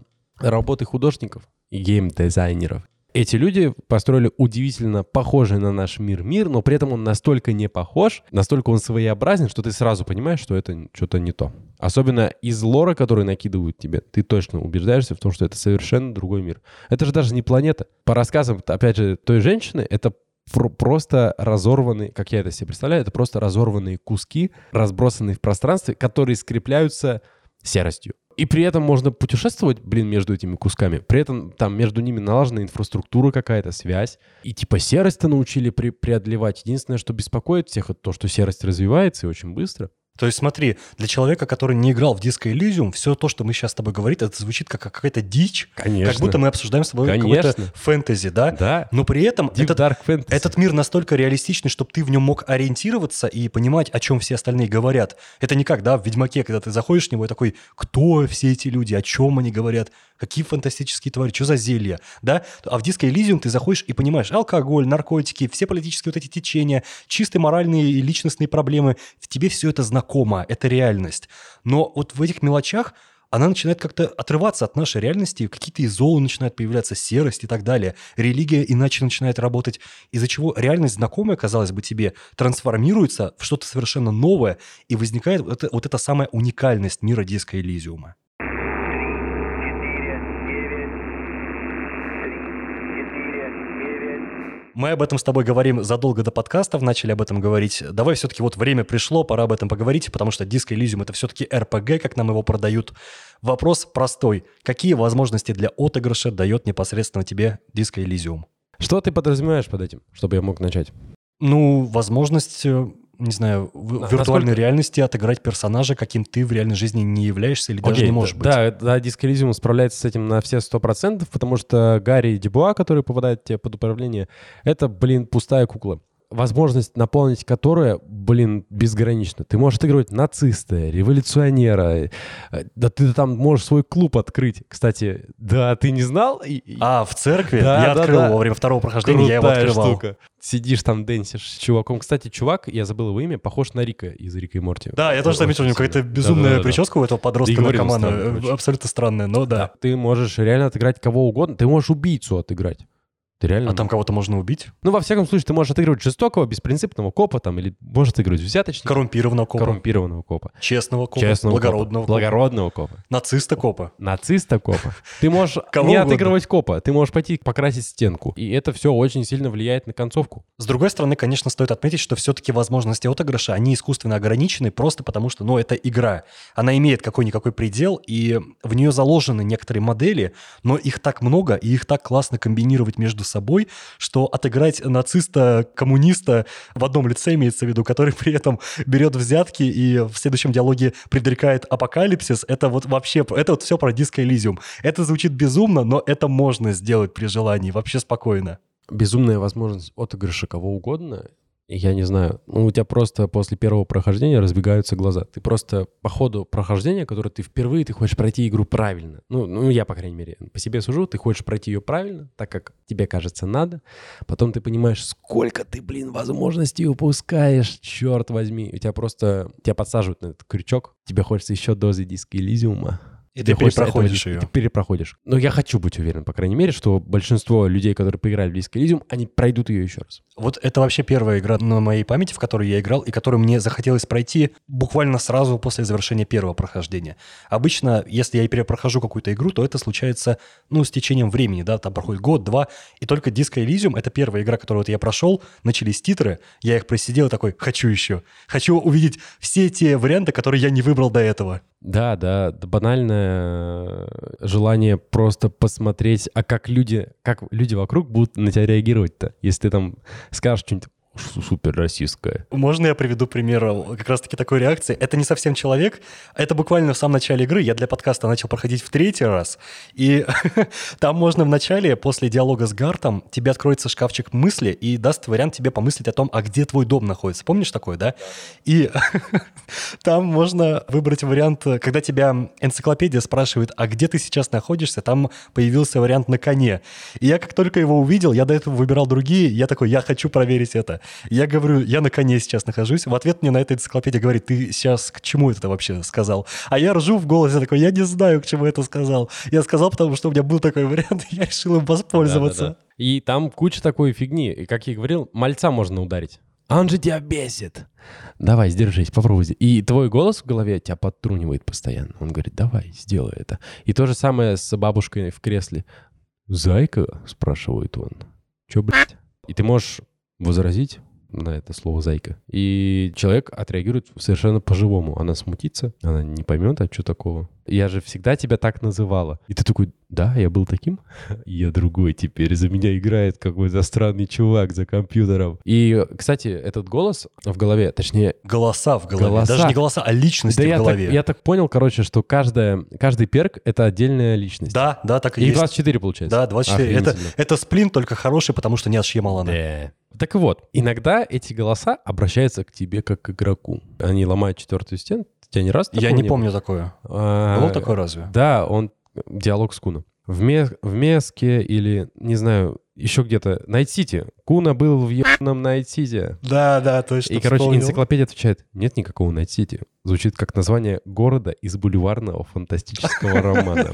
работы художников и гейм-дизайнеров. Эти люди построили удивительно похожий на наш мир, но при этом он настолько не похож, настолько он своеобразен, что ты сразу понимаешь, что это что-то не то. Особенно из лора, который накидывают тебе, ты точно убеждаешься в том, что это совершенно другой мир. Это же даже не планета. По рассказам, опять же, той женщины, это просто разорванные, как я это себе представляю, это просто разорванные куски, разбросанные в пространстве, которые скрепляются серостью. И при этом можно путешествовать, между этими кусками. При этом там между ними налажена инфраструктура какая-то, связь. И типа серость-то научили преодолевать. Единственное, что беспокоит всех, это то, что серость развивается и очень быстро. То есть смотри, для человека, который не играл в Disco Elysium, все то, что мы сейчас с тобой говорим, это звучит как какая-то дичь. Конечно. Как будто мы обсуждаем с тобой какой-то фэнтези, да? Да. Но при этом Dark этот мир настолько реалистичный, чтобы ты в нем мог ориентироваться и понимать, о чем все остальные говорят. Это не как, да, в Ведьмаке, когда ты заходишь в него и такой, кто все эти люди, о чем они говорят, какие фантастические твари, что за зелья, да? А в Disco Elysium ты заходишь и понимаешь, алкоголь, наркотики, все политические вот эти течения, чистые моральные и личностные проблемы, в тебе все это знакомо, это реальность. Но вот в этих мелочах она начинает как-то отрываться от нашей реальности, какие-то изолы начинают появляться, серость и так далее. Религия иначе начинает работать, из-за чего реальность, знакомая, казалось бы, тебе, трансформируется в что-то совершенно новое, и возникает вот эта самая уникальность мира Disco Elysium. Мы об этом с тобой говорим задолго до подкастов, начали об этом говорить. Давай все-таки вот время пришло, пора об этом поговорить, потому что Disco Elysium — это все-таки RPG, как нам его продают. Вопрос простой. Какие возможности для отыгрыша дает непосредственно тебе Disco Elysium? Что ты подразумеваешь под этим, чтобы я мог начать? Ну, возможность, не знаю, в виртуальной реальности отыграть персонажа, каким ты в реальной жизни не являешься или даже не можешь быть. Да, Disco Elysium справляется с этим на все 100%, потому что Гарри Дюбуа, который попадает тебе под управление, это, пустая кукла. Возможность наполнить которую, безгранична. Ты можешь отыгрывать нациста, революционера. Да ты там можешь свой клуб открыть. Кстати, да, ты не знал? В церкви? Да, я открыл во время второго прохождения, я его открывал. Штука. Сидишь там, дэнсишь с чуваком. Кстати, чувак, я забыл его имя, похож на Рика из Рика и Морти. Да, я тоже заметил, у него какая-то безумная прическа у этого подростка-наркомана. Абсолютно странная, но да. Ты можешь реально отыграть кого угодно. Ты можешь убийцу отыграть. Ты реально... А там кого-то можно убить? Ну, во всяком случае, ты можешь отыгрывать жестокого, беспринципного копа там, или можешь отыгрывать взяточника. Коррумпированного копа. Честного копа. Благородного копа. Нациста копа. Ты можешь не отыгрывать копа, ты можешь пойти покрасить стенку. И это все очень сильно влияет на концовку. С другой стороны, конечно, стоит отметить, что все-таки возможности отыгрыша, они искусственно ограничены просто потому, что, это игра. Она имеет какой-никакой предел, и в нее заложены некоторые модели, но их так много, и их так классно комбинировать между собой, что отыграть нациста, коммуниста в одном лице имеется в виду, который при этом берет взятки и в следующем диалоге предрекает апокалипсис, это вот вообще, это вот все про Disco Elysium. Это звучит безумно, но это можно сделать при желании, вообще спокойно. Безумная возможность отыгрыша кого угодно, я не знаю, у тебя просто после первого прохождения разбегаются глаза. Ты просто по ходу прохождения, которое ты впервые, ты хочешь пройти игру правильно. Ну, я, по крайней мере, по себе сужу, ты хочешь пройти ее правильно, так как тебе кажется надо. Потом ты понимаешь, сколько ты, возможностей упускаешь, черт возьми. Тебя подсаживают на этот крючок, тебе хочется еще дозы Disco Elysium. И ты перепроходишь ее. Ты перепроходишь. Но я хочу быть уверен, по крайней мере, что большинство людей, которые поиграли в Disco Elysium, они пройдут ее еще раз. Вот это вообще первая игра на моей памяти, в которую я играл, и которую мне захотелось пройти буквально сразу после завершения первого прохождения. Обычно, если я перепрохожу какую-то игру, то это случается, с течением времени, да, там проходит год-два, и только Disco Elysium — это первая игра, которую я прошел, начались титры, я их просидел и такой, хочу еще. Хочу увидеть все те варианты, которые я не выбрал до этого. Да, банальное желание просто посмотреть, а как люди вокруг будут на тебя реагировать-то, если ты там скажешь что-нибудь супер российское. Можно я приведу пример как раз-таки такой реакции? Это не совсем человек, это буквально в самом начале игры. Я для подкаста начал проходить в 3-й раз, и там можно в начале, после диалога с Гартом, тебе откроется шкафчик мысли и даст вариант тебе помыслить о том, а где твой дом находится. Помнишь такое, да? И там можно выбрать вариант, когда тебя энциклопедия спрашивает, а где ты сейчас находишься, там появился вариант на коне. И я как только его увидел, я до этого выбирал другие, я такой, я хочу проверить это. Я говорю, я на коне сейчас нахожусь. В ответ мне на этой энциклопедии говорит, ты сейчас к чему это вообще сказал? А я ржу в голосе такой, я не знаю, к чему это сказал. Я сказал, потому что у меня был такой вариант, я решил им воспользоваться. Да. И там куча такой фигни. И, как я говорил, мальца можно ударить. Он же тебя бесит. Давай, сдержись, попробуй. И твой голос в голове тебя подтрунивает постоянно. Он говорит, давай, сделай это. И то же самое с бабушкой в кресле. «Зайка?» — спрашивает он. «Чё, блядь?» И ты можешь возразить на это слово «зайка». И человек отреагирует совершенно по-живому. Она смутится, она не поймет, а что такого. Я же всегда тебя так называла. И ты такой, да, я был таким? Я другой теперь. За меня играет какой-то странный чувак за компьютером. И, кстати, этот голос в голове, точнее... Голоса в голове. Даже не голоса, а личности в голове. Я так понял, короче, что каждый перк — это отдельная личность. Да, так и есть. есть. И 24 получается. Да, 24. Это сплин только хороший, потому что не от Шьямалана. Да. Так вот, иногда эти голоса обращаются к тебе как к игроку. Они ломают четвертую стену. Тебя не раз такого Я не помню такое. Было такое разве? Да, диалог с Куном. В Меске или, не знаю, еще где-то. Найт-Сити. Куна был в ебаном Найт-Сити. Да, точно. И, короче, энциклопедия отвечает, нет никакого Найт-Сити. Звучит как название города из бульварного фантастического романа.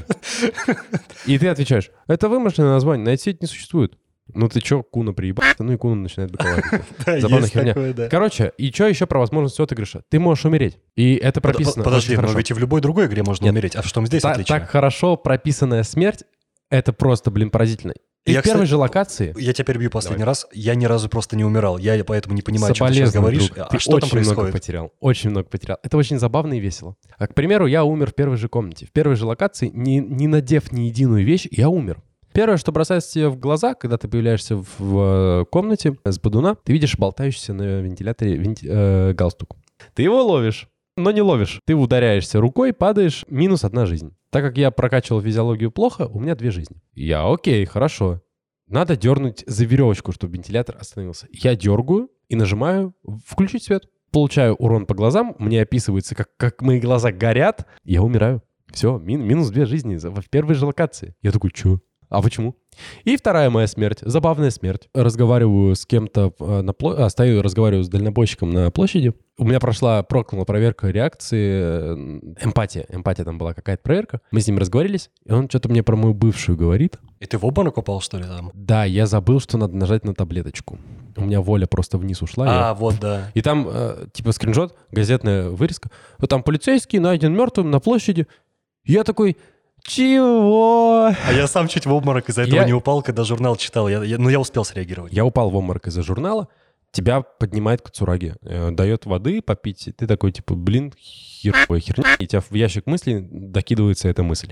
И ты отвечаешь, это вымышленное название, Найт-Сити не существует. Ну ты чё, Куна приебался? Ну и Куна начинает быковать. Забавная херня. Короче, и что еще про возможность отыгрыша? Ты можешь умереть. И это прописано. Подожди, но ведь и в любой другой игре можно умереть. А в чем здесь отличие? Так хорошо прописанная смерть, это просто, поразительно. И в первой же локации... Я тебя перебью последний раз. Я ни разу просто не умирал. Я поэтому не понимаю, о чем ты сейчас говоришь. А что там происходит? Очень много потерял. Это очень забавно и весело. К примеру, я умер в первой же комнате. В первой же локации, не надев ни единую вещь, я умер. Первое, что бросается тебе в глаза, когда ты появляешься в комнате с бодуна, ты видишь болтающийся на вентиляторе галстук. Ты его ловишь, но не ловишь. Ты ударяешься рукой, падаешь, минус 1 жизнь. Так как я прокачивал физиологию плохо, у меня 2 жизни. Я окей, хорошо. Надо дернуть за веревочку, чтобы вентилятор остановился. Я дергаю и нажимаю «включить свет». Получаю урон по глазам, мне описывается, как мои глаза горят, я умираю. Все, минус 2 жизни в первой же локации. Я такой, чё? А почему? И вторая моя смерть, забавная смерть. Разговариваю с кем-то разговариваю с дальнобойщиком на площади. У меня прошла проверка реакции, эмпатия там была какая-то проверка. Мы с ним разговорились, и он что-то мне про мою бывшую говорит. И ты в обморок упал, что ли, там? Да, я забыл, что надо нажать на таблеточку. У меня воля просто вниз ушла. Вот, да. И там, типа, скриншот, газетная вырезка. Вот там полицейский найден мертвым на площади. Я такой... Чего? А я сам чуть в обморок из-за этого не упал, когда журнал читал. Но я успел среагировать. Я упал в обморок из-за журнала. Тебя поднимает Кацураги. Дает воды попить. И ты такой, типа, блин, херовая херня. И у тебя в ящик мыслей докидывается эта мысль.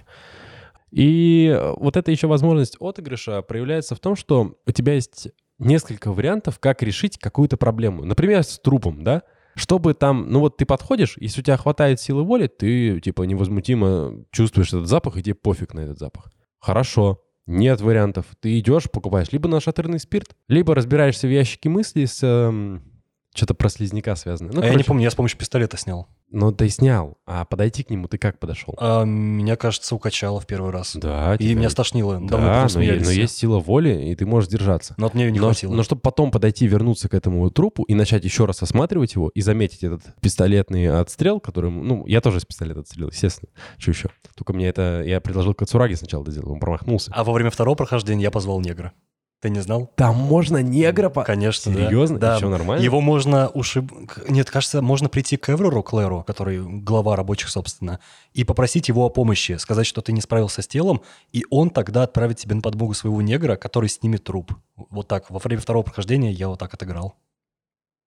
И вот эта еще возможность отыгрыша проявляется в том, что у тебя есть несколько вариантов, как решить какую-то проблему. Например, с трупом, да? Чтобы там, ну вот ты подходишь, если у тебя хватает силы воли, ты типа невозмутимо чувствуешь этот запах, и тебе пофиг на этот запах. Хорошо, нет вариантов. Ты идешь, покупаешь либо нашатырный спирт, либо разбираешься в ящике мыслей с... Что-то про слизняка связано. Ну, я не помню, я с помощью пистолета снял. Ну, ты снял, а подойти к нему ты как подошел? Меня, кажется, укачало в первый раз. Да. И меня стошнило. Да, но есть сила воли, и ты можешь держаться. Но от нее не хватило. Но чтобы потом подойти, вернуться к этому трупу и начать еще раз осматривать его и заметить этот пистолетный отстрел, который... Ну, я тоже из пистолета отстрелил, естественно. Что еще? Только мне это... Я предложил Кацураги сначала доделать, он промахнулся. А во время второго прохождения я позвал негра. Ты не знал? Там можно негра... Конечно, серьезно? Да. И все нормально? Его можно Нет, кажется, можно прийти к Эврору, Клэру, который глава рабочих, собственно, и попросить его о помощи, сказать, что ты не справился с телом, и он тогда отправит тебе на подмогу своего негра, который снимет труп. Вот так. Во время второго прохождения я вот так отыграл.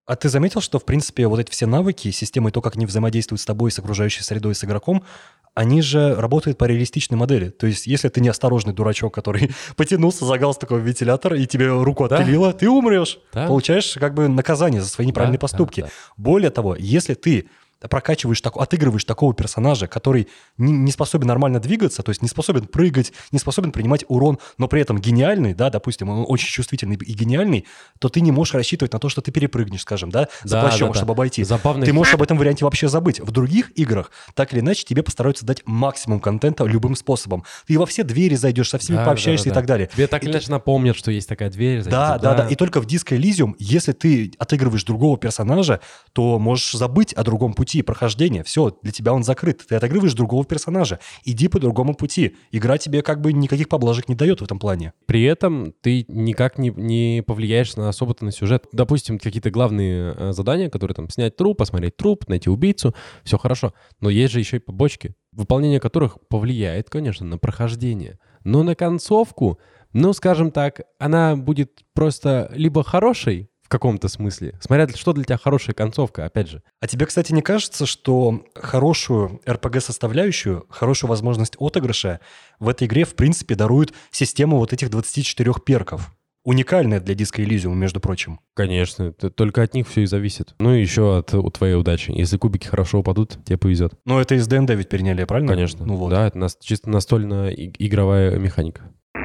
А ты заметил, что, в принципе, вот эти все навыки, системы и то, как они взаимодействуют с тобой, с окружающей средой, с игроком, они же работают по реалистичной модели. То есть, если ты неосторожный дурачок, который потянулся за галстуком в вентилятор и тебе руку отпилило, ты умрешь. Да. Получаешь как бы наказание за свои неправильные поступки. да. Более того, если ты прокачиваешь, отыгрываешь такого персонажа, который не способен нормально двигаться, то есть не способен прыгать, не способен принимать урон, но при этом гениальный, да, допустим, он очень чувствительный и гениальный, то ты не можешь рассчитывать на то, что ты перепрыгнешь, скажем, да, за плащом, чтобы обойти. Забавный Ты можешь об этом варианте вообще забыть. В других играх, так или иначе, тебе постараются дать максимум контента любым способом. Ты во все двери зайдешь, со всеми пообщаешься и так далее. Тебе так или иначе напомнят, что есть такая дверь. Да. И только в Disco Elysium, если ты отыгрываешь другого персонажа, то можешь забыть о другом пути прохождения. Все, для тебя он закрыт. Ты отыгрываешь другого персонажа. Иди по другому пути. Игра тебе как бы никаких поблажек не дает в этом плане. При этом ты никак не повлияешь особо-то на сюжет. Допустим, какие-то главные задания, которые там снять труп, посмотреть труп, найти убийцу, все хорошо. Но есть же еще и побочки, выполнение которых повлияет, конечно, на прохождение. Но на концовку, скажем так, она будет просто либо хорошей, в каком-то смысле. Смотря, что для тебя хорошая концовка, опять же. А тебе, кстати, не кажется, что хорошую RPG-составляющую, хорошую возможность отыгрыша в этой игре, в принципе, дарует система вот этих 24 перков? Уникальная для Disco Elysium, между прочим. Конечно, только от них все и зависит. Ну и еще от твоей удачи. Если кубики хорошо упадут, тебе повезет. Но это из ДНД ведь переняли, правильно? Конечно. Ну вот. Да, это чисто настольная игровая механика.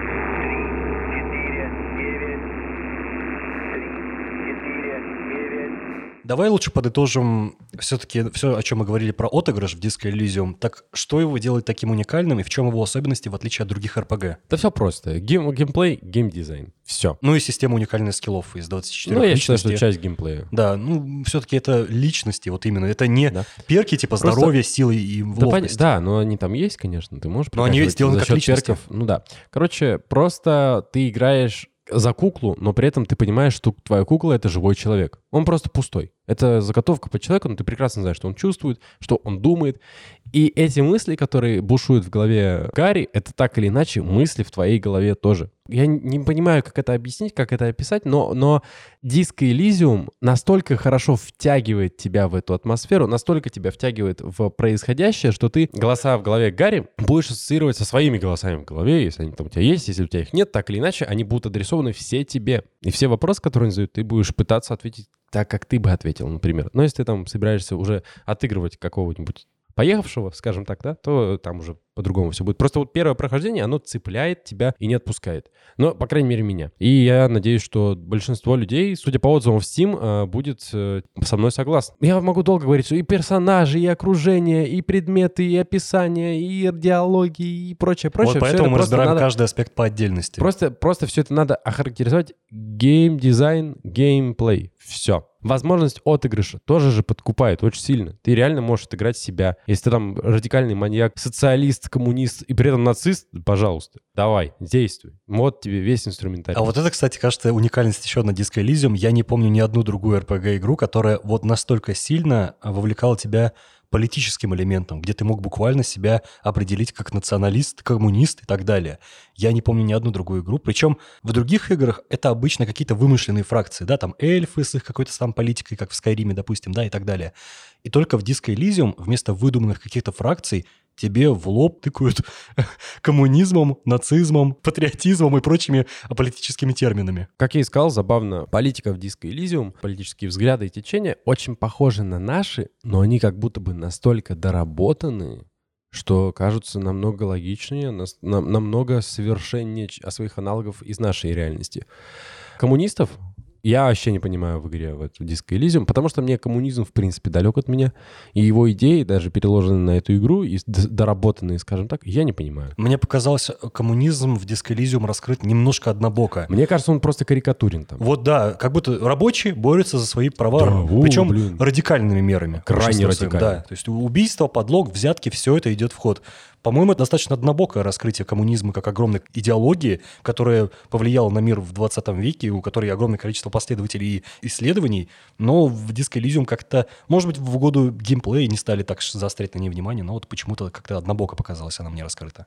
Давай лучше подытожим все-таки все, о чем мы говорили про отыгрыш в Disco Elysium. Так что его делает таким уникальным и в чем его особенности, в отличие от других RPG? Да все просто. Геймплей, геймдизайн. Все. Ну и система уникальных скиллов из 24 я личностей. считаю, что часть геймплея. Да, все-таки это личности, вот именно. Это не перки типа Просто... здоровья, силы и ловкости. Да, но они там есть, конечно. Ты можешь но они сделаны за как счет перков. Ну да. Короче, просто ты играешь за куклу, но при этом ты понимаешь, что твоя кукла — это живой человек. Он просто пустой. Это заготовка под человека, но ты прекрасно знаешь, что он чувствует, что он думает. И эти мысли, которые бушуют в голове Гарри, это так или иначе мысли в твоей голове тоже. Я не понимаю, как это объяснить, как это описать, но Disco Elysium настолько хорошо втягивает тебя в эту атмосферу, настолько тебя втягивает в происходящее, что ты голоса в голове Гарри будешь ассоциировать со своими голосами в голове, если они там у тебя есть, если у тебя их нет, так или иначе, они будут адресованы все тебе. И все вопросы, которые они задают, ты будешь пытаться ответить так, как ты бы ответил, например. Но если ты там собираешься уже отыгрывать какого-нибудь поехавшего, скажем так, да, то там уже по-другому все будет. Просто вот первое прохождение, оно цепляет тебя и не отпускает. Но, по крайней мере, меня. И я надеюсь, что большинство людей, судя по отзывам в Steam, будет со мной согласно. Я могу долго говорить, что и персонажи, и окружение, и предметы, и описание, и диалоги, и прочее. Вот поэтому мы разбираем каждый аспект по отдельности. Просто все это надо охарактеризовать. Геймдизайн, геймплей. Все. Возможность отыгрыша тоже же подкупает очень сильно. Ты реально можешь отыграть себя. Если ты там радикальный маньяк, социалист, коммунист и при этом нацист, пожалуйста, давай, действуй. Вот тебе весь инструментарий. А вот это, кстати, кажется, уникальность еще на Disco Elysium. Я не помню ни одну другую RPG-игру, которая вот настолько сильно вовлекала тебя политическим элементом, где ты мог буквально себя определить как националист, коммунист и так далее. Я не помню ни одну другую игру. Причем в других играх это обычно какие-то вымышленные фракции, да, там эльфы с их какой-то там политикой, как в Скайриме, допустим, да, и так далее. И только в Disco Elysium вместо выдуманных каких-то фракций тебе в лоб тыкают коммунизмом, нацизмом, патриотизмом и прочими политическими терминами. Как я и сказал, забавно, политика в Disco Elysium, политические взгляды и течения очень похожи на наши, но они как будто бы настолько доработаны, что кажутся намного логичнее, намного совершеннее своих аналогов из нашей реальности. Коммунистов я вообще не понимаю в игре в Disco Elysium, потому что мне коммунизм, в принципе, далек от меня. И его идеи, даже переложенные на эту игру, и доработанные, скажем так, я не понимаю. Мне показалось, коммунизм в Disco Elysium раскрыт немножко однобоко. Мне кажется, он просто карикатурен там. Вот да, как будто рабочие борются за свои права, причем радикальными мерами. Крайне радикально. Да, то есть убийство, подлог, взятки, все это идет в ход. По-моему, это достаточно однобокое раскрытие коммунизма как огромной идеологии, которая повлияла на мир в 20 веке, у которой огромное количество последователей и исследований, но в Disco Elysium как-то, может быть, в угоду геймплея не стали так заострять на ней внимание, но вот почему-то как-то однобоко показалась она мне раскрыта.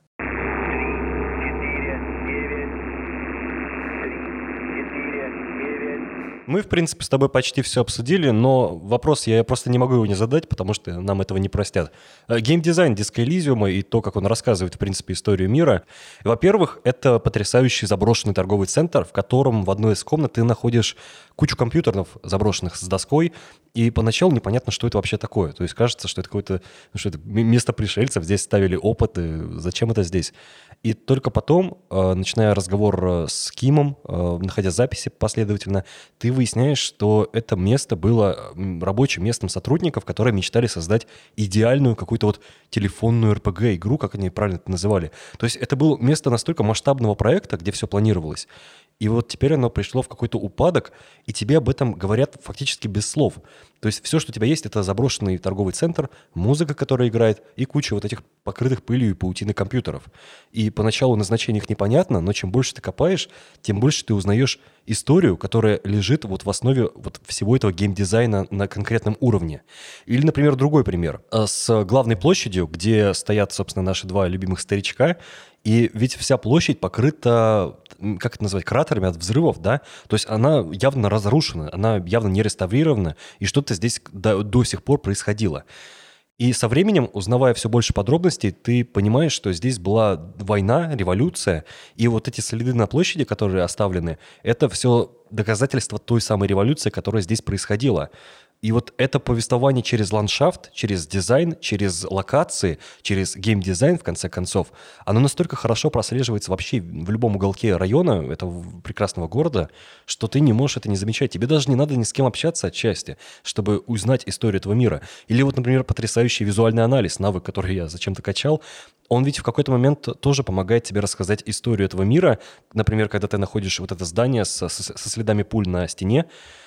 Мы, в принципе, с тобой почти все обсудили, но вопрос я просто не могу его не задать, потому что нам этого не простят. Геймдизайн Disco Elysium и то, как он рассказывает, в принципе, историю мира. Во-первых, это потрясающий заброшенный торговый центр, в котором в одной из комнат ты находишь кучу компьютеров, заброшенных с доской, и поначалу непонятно, что это вообще такое. То есть кажется, что это какое-то место пришельцев, здесь ставили опыты, зачем это здесь? И только потом, начиная разговор с Кимом, находя записи последовательно, ты выясняешь, что это место было рабочим местом сотрудников, которые мечтали создать идеальную какую-то вот телефонную RPG-игру, как они правильно это называли. То есть это было место настолько масштабного проекта, где все планировалось. И вот теперь оно пришло в какой-то упадок, и тебе об этом говорят фактически без слов. То есть все, что у тебя есть, это заброшенный торговый центр, музыка, которая играет, и куча вот этих покрытых пылью и паутиной компьютеров. И поначалу назначение их непонятно, но чем больше ты копаешь, тем больше ты узнаешь историю, которая лежит вот в основе вот всего этого геймдизайна на конкретном уровне. Или, например, другой пример. С главной площадью, где стоят, собственно, наши два любимых старичка, и ведь вся площадь покрыта, как это назвать, кратерами от взрывов, да? То есть она явно разрушена, она явно не реставрирована, и что-то здесь до сих пор происходило. И со временем, узнавая все больше подробностей, ты понимаешь, что здесь была война, революция, и вот эти следы на площади, которые оставлены, это все доказательство той самой революции, которая здесь происходила. И вот это повествование через ландшафт, через дизайн, через локации, через геймдизайн, в конце концов, оно настолько хорошо прослеживается вообще в любом уголке района этого прекрасного города, что ты не можешь это не замечать. Тебе даже не надо ни с кем общаться отчасти, чтобы узнать историю этого мира. Или вот, например, потрясающий визуальный анализ, навык, который я зачем-то качал, он ведь в какой-то момент тоже помогает тебе рассказать историю этого мира. Например, когда ты находишь вот это здание со следами пуль на стене,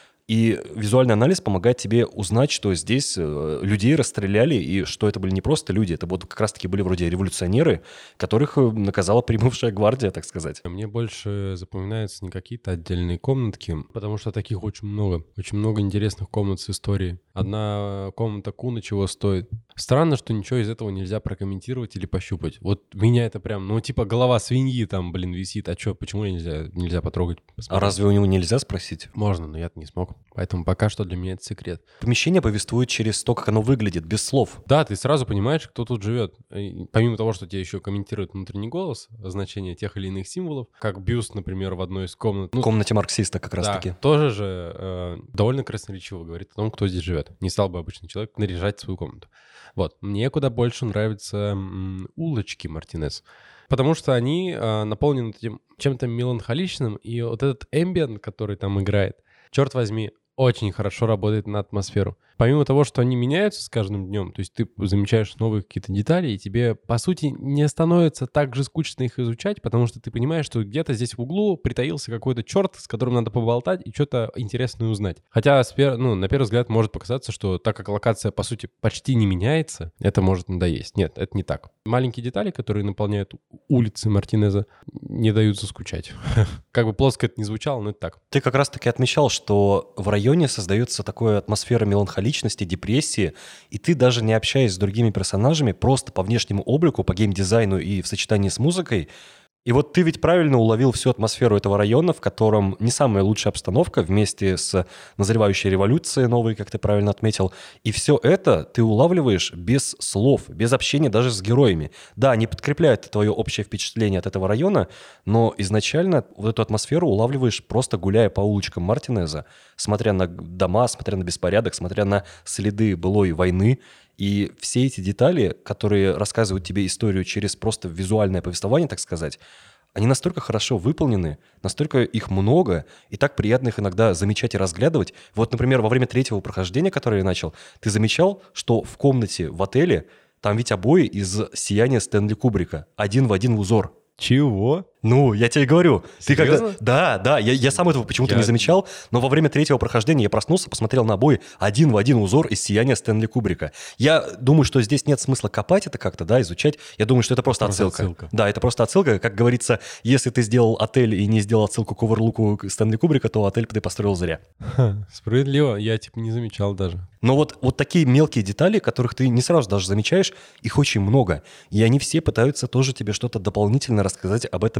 и визуальный анализ помогает тебе узнать, что здесь людей расстреляли, и что это были не просто люди, это вот как раз-таки были вроде революционеры, которых наказала прибывшая гвардия, так сказать. Мне больше запоминаются не какие-то отдельные комнатки, потому что таких очень много. Очень много интересных комнат с историей. Одна комната Куна чего стоит. Странно, что ничего из этого нельзя прокомментировать или пощупать. Вот меня это прям, ну типа голова свиньи там, висит. А что, почему нельзя потрогать? Посмотреть? А разве у него нельзя спросить? Можно, но я-то не смог. Поэтому пока что для меня это секрет. Помещение повествует через то, как оно выглядит, без слов. Да, ты сразу понимаешь, кто тут живет. И помимо того, что тебе еще комментирует внутренний голос, значение тех или иных символов, как бюст, например, в одной из комнат. В комнате марксиста как раз-таки. Да, тоже же довольно красноречиво говорит о том, кто здесь живет. Не стал бы обычный человек наряжать свою комнату. Вот. Мне куда больше нравятся улочки Мартинез. Потому что они наполнены чем-то меланхоличным, и вот этот эмбиент, который там играет, черт возьми, очень хорошо работает на атмосферу. Помимо того, что они меняются с каждым днем, то есть ты замечаешь новые какие-то детали, и тебе, по сути, не становится так же скучно их изучать, потому что ты понимаешь, что где-то здесь в углу притаился какой-то черт, с которым надо поболтать и что-то интересное узнать. Хотя, на первый взгляд может показаться, что так как локация, по сути, почти не меняется, это может надоесть. Нет, это не так. Маленькие детали, которые наполняют улицы Мартинеза, не дают заскучать. Как бы плоско это ни звучало, но это так. Ты как раз-таки отмечал, что в районе создается такая атмосфера меланхоличности, депрессии, и ты даже не общаясь с другими персонажами, просто по внешнему облику, по геймдизайну и в сочетании с музыкой. И вот ты ведь правильно уловил всю атмосферу этого района, в котором не самая лучшая обстановка вместе с назревающей революцией новой, как ты правильно отметил. И все это ты улавливаешь без слов, без общения даже с героями. Да, они подкрепляют твое общее впечатление от этого района, но изначально вот эту атмосферу улавливаешь просто гуляя по улочкам Мартинеза, смотря на дома, смотря на беспорядок, смотря на следы былой войны. И все эти детали, которые рассказывают тебе историю через просто визуальное повествование, так сказать, они настолько хорошо выполнены, настолько их много, и так приятно их иногда замечать и разглядывать. Вот, например, во время третьего прохождения, которое я начал, ты замечал, что в комнате в отеле там ведь обои из «Сияния» Стэнли Кубрика. Один в один узор. Чего? Ну, я тебе говорю. Серьезно? Ты когда... Да, я сам этого почему-то не замечал, но во время третьего прохождения я проснулся, посмотрел на обои один в один узор из «Сияния» Стэнли Кубрика. Я думаю, что здесь нет смысла копать это как-то, да, изучать. Я думаю, что это просто отсылка. Да, это просто отсылка. Как говорится, если ты сделал отель и не сделал отсылку к оверлуку Стэнли Кубрика, то отель ты построил зря. Справедливо. Я не замечал даже. Но вот такие мелкие детали, которых ты не сразу даже замечаешь, их очень много. И они все пытаются тоже тебе что-то дополнительно рассказать об этом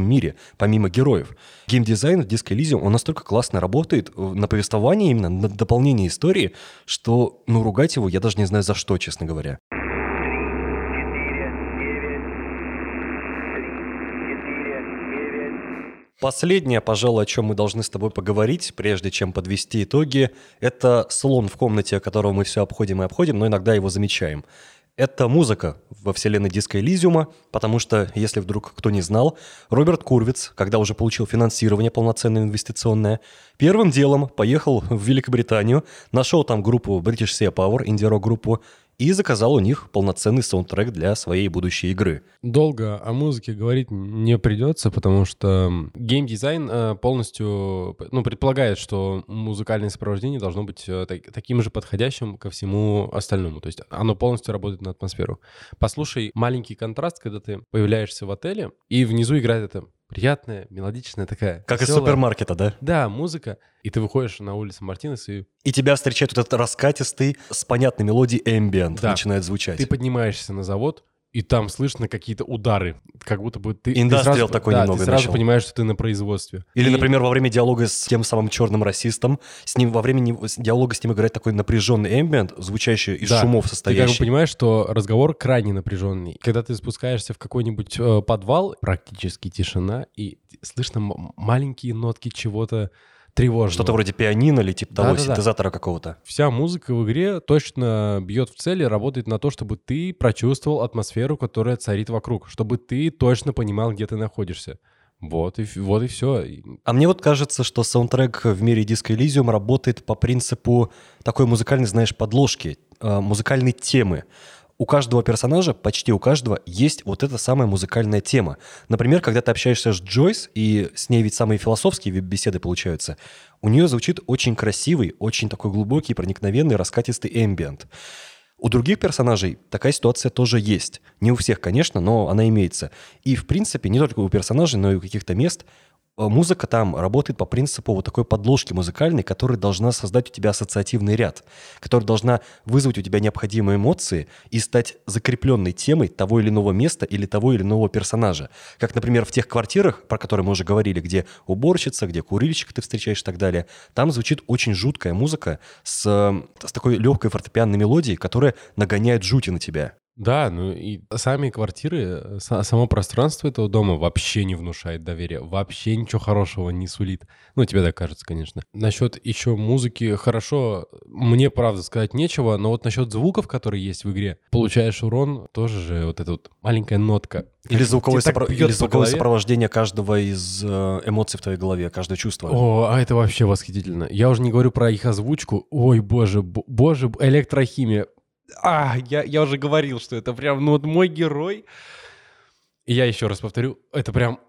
мире, помимо героев. Геймдизайн в Disco Elysium, он настолько классно работает на повествовании, именно на дополнение истории, что, ругать его я даже не знаю за что, честно говоря. Последнее, пожалуй, о чем мы должны с тобой поговорить, прежде чем подвести итоги, это слон в комнате, которого мы все обходим и обходим, но иногда его замечаем. Это музыка во вселенной Disco Elysium, потому что, если вдруг кто не знал, Роберт Курвиц, когда уже получил финансирование полноценное инвестиционное, первым делом поехал в Великобританию, нашел там группу British Sea Power, инди-рок группу, и заказал у них полноценный саундтрек для своей будущей игры. Долго о музыке говорить не придется, потому что геймдизайн полностью предполагает, что музыкальное сопровождение должно быть таким же подходящим ко всему остальному. То есть оно полностью работает на атмосферу. Послушай маленький контраст, когда ты появляешься в отеле, и внизу играет это приятная, мелодичная такая. Как веселая, из супермаркета, да? Да, музыка. И ты выходишь на улицу Мартинес И тебя встречает вот этот раскатистый, с понятной мелодией эмбиент, да, начинает звучать. Ты поднимаешься на завод, и там слышно какие-то удары, как будто бы ты... Индастриал такой немного ты сразу начал. понимаешь, что ты на производстве. Или, например, во время диалога с тем самым черным расистом, во время диалога с ним играет такой напряженный эмбиент, звучащий из шумов состоящий. Ты как бы понимаешь, что разговор крайне напряженный. Когда ты спускаешься в какой-нибудь подвал, практически тишина, и слышно маленькие нотки чего-то тревожного. Что-то вроде пианино или типа того, Да-да-да. синтезатора какого-то. Вся музыка в игре точно бьет в цель и работает на то, чтобы ты прочувствовал атмосферу, которая царит вокруг, чтобы ты точно понимал, где ты находишься. Вот и все. А мне вот кажется, что саундтрек в мире Disco Elysium работает по принципу такой музыкальной, знаешь, подложки, музыкальной темы. У каждого персонажа, почти у каждого, есть вот эта самая музыкальная тема. Например, когда ты общаешься с Джойс, и с ней ведь самые философские беседы получаются, у нее звучит очень красивый, очень такой глубокий, проникновенный, раскатистый эмбиент. У других персонажей такая ситуация тоже есть. Не у всех, конечно, но она имеется. И, в принципе, не только у персонажей, но и у каких-то мест музыка там работает по принципу вот такой подложки музыкальной, которая должна создать у тебя ассоциативный ряд, которая должна вызвать у тебя необходимые эмоции и стать закрепленной темой того или иного места или того или иного персонажа. Как, например, в тех квартирах, про которые мы уже говорили, где уборщица, где курильщик ты встречаешь и так далее, там звучит очень жуткая музыка с такой легкой фортепианной мелодией, которая нагоняет жути на тебя. Да, и сами квартиры, само пространство этого дома вообще не внушает доверия, вообще ничего хорошего не сулит. Тебе так кажется, конечно. Насчет еще музыки хорошо, мне, правда, сказать нечего, но вот насчет звуков, которые есть в игре, получаешь урон, тоже же вот эта вот маленькая нотка. Или звуковое сопровождение каждого из эмоций в твоей голове, каждое чувство. О, это вообще восхитительно. Я уже не говорю про их озвучку. Ой, боже, электрохимия. Я уже говорил, что это прям, мой герой. И я еще раз повторю, это прям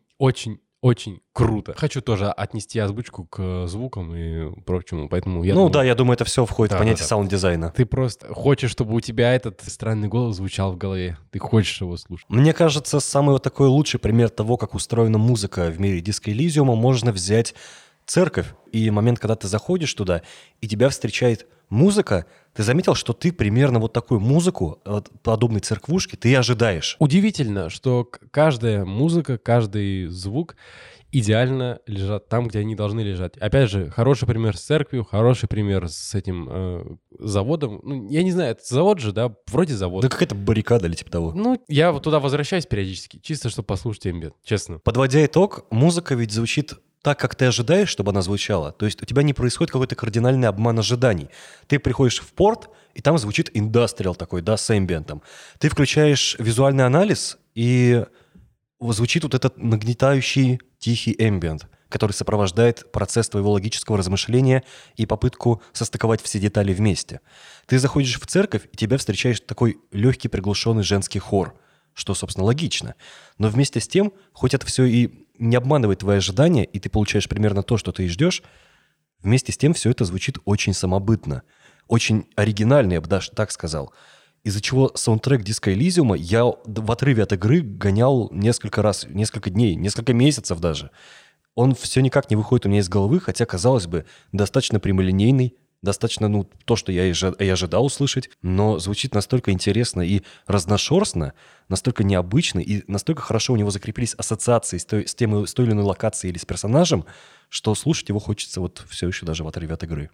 очень круто. Хочу тоже отнести озвучку к звукам и прочему, поэтому я думаю... я думаю, это все входит в понятие саунд-дизайна. Ты просто хочешь, чтобы у тебя этот странный голос звучал в голове. Ты хочешь его слушать. Мне кажется, самый вот такой лучший пример того, как устроена музыка в мире Disco Elysium, можно взять церковь. И момент, когда ты заходишь туда, и тебя встречает музыка, ты заметил, что ты примерно вот такую музыку, подобной церквушке, ты ожидаешь. Удивительно, что каждая музыка, каждый звук идеально лежат там, где они должны лежать. Опять же, хороший пример с церковью, хороший пример с этим заводом. Я не знаю, это завод же, да? Вроде завод. Да какая-то баррикада или типа того. Я вот туда возвращаюсь периодически, чисто чтобы послушать эмбиент, честно. Подводя итог, музыка ведь звучит так, как ты ожидаешь, чтобы она звучала. То есть у тебя не происходит какой-то кардинальный обман ожиданий. Ты приходишь в порт, и там звучит индастриал такой, да, с эмбиентом. Ты включаешь визуальный анализ, и звучит вот этот нагнетающий тихий эмбиент, который сопровождает процесс твоего логического размышления и попытку состыковать все детали вместе. Ты заходишь в церковь, и тебя встречаешь такой легкий приглушенный женский хор, что, собственно, логично. Но вместе с тем, хоть это все и не обманывает твои ожидания, и ты получаешь примерно то, что ты и ждешь, вместе с тем все это звучит очень самобытно, очень оригинально, я бы даже так сказал. Из-за чего саундтрек Disco Elysium я в отрыве от игры гонял несколько раз, несколько дней, несколько месяцев даже. Он все никак не выходит у меня из головы, хотя, казалось бы, достаточно прямолинейный, достаточно, то, что я и ожидал услышать, но звучит настолько интересно и разношерстно, настолько необычно, и настолько хорошо у него закрепились ассоциации с той или иной локацией или с персонажем, что слушать его хочется вот все еще даже в отрыве от игры.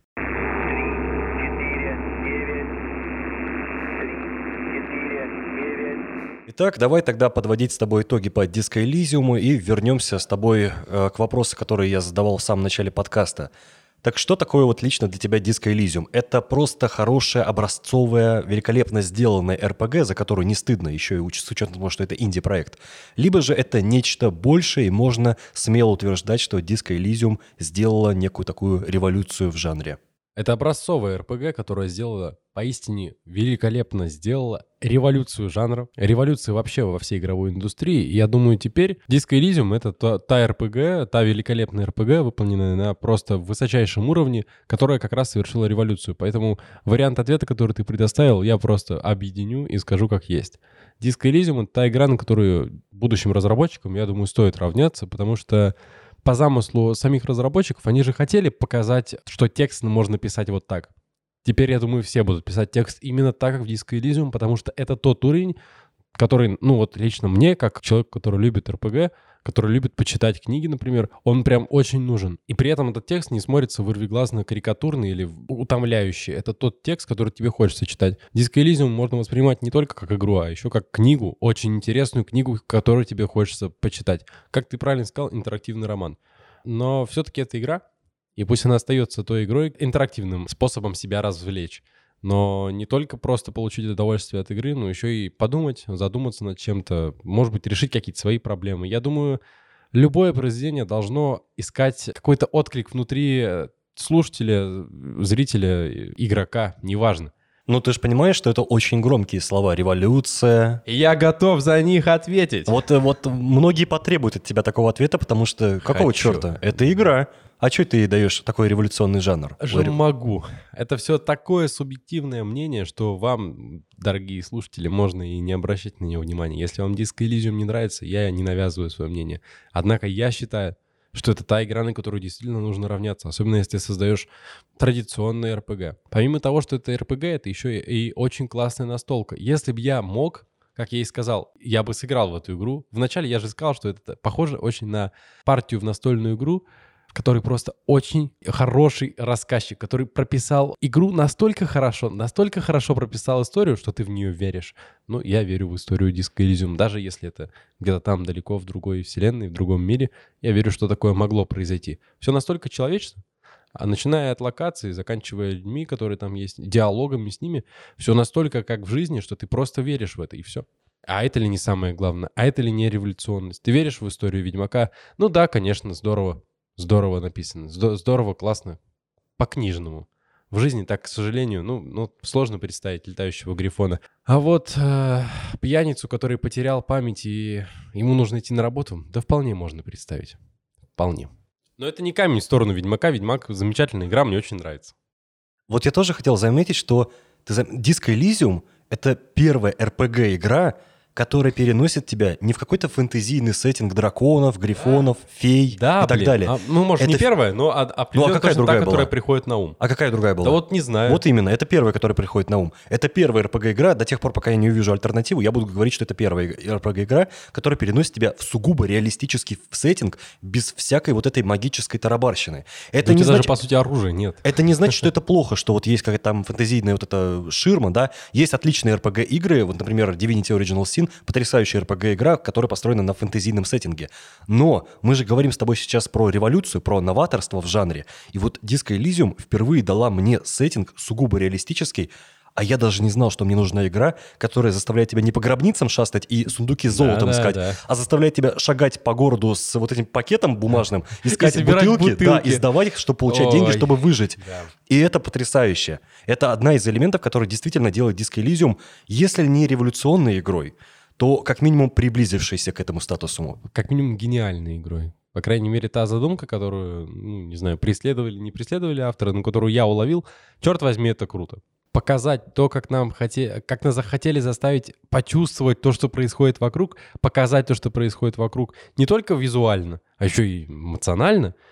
Итак, давай тогда подводить с тобой итоги по Disco Elysium и вернемся с тобой к вопросу, который я задавал в самом начале подкаста. Так что такое вот лично для тебя Disco Elysium? Это просто хорошая, образцовая, великолепно сделанная RPG, за которую не стыдно, еще и с учетом того, что это инди-проект. Либо же это нечто большее, и можно смело утверждать, что Disco Elysium сделала некую такую революцию в жанре. Это образцовая РПГ, которая поистине великолепно сделала революцию жанра, революцию вообще во всей игровой индустрии. И я думаю, теперь Disco Elysium — это та РПГ, та великолепная РПГ, выполненная на просто высочайшем уровне, которая как раз совершила революцию. Поэтому вариант ответа, который ты предоставил, я просто объединю и скажу как есть. Disco Elysium — это та игра, на которую будущим разработчикам, я думаю, стоит равняться, потому что по замыслу самих разработчиков, они же хотели показать, что текст можно писать вот так. Теперь, я думаю, все будут писать текст именно так, как в Disco Elysium, потому что это тот уровень, который, лично мне, как человек, который любит РПГ, который любит почитать книги, например, он прям очень нужен. И при этом этот текст не смотрится вырвиглазно карикатурный или утомляющий. Это тот текст, который тебе хочется читать. Disco Elysium можно воспринимать не только как игру, а еще как книгу, очень интересную книгу, которую тебе хочется почитать. Как ты правильно сказал, интерактивный роман. Но все-таки это игра, и пусть она остается той игрой, интерактивным способом себя развлечь. Но не только просто получить удовольствие от игры, но еще и подумать, задуматься над чем-то, может быть, решить какие-то свои проблемы. Я думаю, любое произведение должно искать какой-то отклик внутри слушателя, зрителя, игрока, неважно. Ну, ты же понимаешь, что это очень громкие слова. Революция. Я готов за них ответить. Вот многие потребуют от тебя такого ответа, потому что какого черта? Это игра. А что ты ей даешь такой революционный жанр? Могу. Это все такое субъективное мнение, что вам, дорогие слушатели, можно и не обращать на него внимания. Если вам Disco Elysium не нравится, я не навязываю свое мнение. Однако я считаю, что это та игра, на которую действительно нужно равняться, особенно если создаешь традиционный РПГ. Помимо того, что это РПГ, это еще и очень классная настолка. Если бы я мог, как я и сказал, я бы сыграл в эту игру. Вначале я же сказал, что это похоже очень на партию в настольную игру, который просто очень хороший рассказчик, который прописал игру настолько хорошо прописал историю, что ты в нее веришь. Я верю в историю Disco Elysium, даже если это где-то там далеко в другой вселенной, в другом мире, я верю, что такое могло произойти. Все настолько человечно, начиная от локаций, заканчивая людьми, которые там есть, диалогами с ними, все настолько как в жизни, что ты просто веришь в это, и все. А это ли не самое главное? А это ли не революционность? Ты веришь в историю Ведьмака? Да, конечно, здорово. Здорово написано, здорово, классно, по-книжному. В жизни так, к сожалению, сложно представить летающего грифона. А вот пьяницу, который потерял память и ему нужно идти на работу, да вполне можно представить. Вполне. Но это не камень в сторону Ведьмака. Ведьмак — замечательная игра, мне очень нравится. Вот я тоже хотел заметить, что Disco Elysium — это первая RPG-игра, которая переносит тебя не в какой-то фэнтезийный сеттинг драконов, грифонов, фей и так далее. Может, не первая, но определенно точно та, которая приходит на ум. А какая другая была? Да вот не знаю. Вот именно, это первая, которая приходит на ум. Это первая RPG-игра, до тех пор, пока я не увижу альтернативу, я буду говорить, что это первая RPG-игра, которая переносит тебя в сугубо реалистический сеттинг, без всякой вот этой магической тарабарщины. Это не значит, даже, по сути, оружия нет. Это не значит, что это плохо, что вот есть какая-то там фэнтезийная вот эта ширма, да. Есть отличные RPG-игры, вот, например, Divinity Original Sin, потрясающая RPG-игра, которая построена на фэнтезийном сеттинге. Но мы же говорим с тобой сейчас про революцию, про новаторство в жанре. И вот Disco Elysium впервые дала мне сеттинг сугубо реалистический, а я даже не знал, что мне нужна игра, которая заставляет тебя не по гробницам шастать и сундуки с золотом искать, а заставляет тебя шагать по городу с вот этим пакетом бумажным, искать бутылки, да, и сдавать их, чтобы получать деньги, чтобы выжить. Да. И это потрясающе. Это одна из элементов, который действительно делает Disco Elysium, если не революционной игрой, то как минимум приблизившейся к этому статусу. Как минимум гениальной игрой. По крайней мере, та задумка, которую, не знаю, не преследовали авторы, но которую я уловил, черт возьми, это круто. Показать то, как нас захотели заставить почувствовать то, что происходит вокруг, показать то, что происходит вокруг не только визуально, а еще и эмоционально.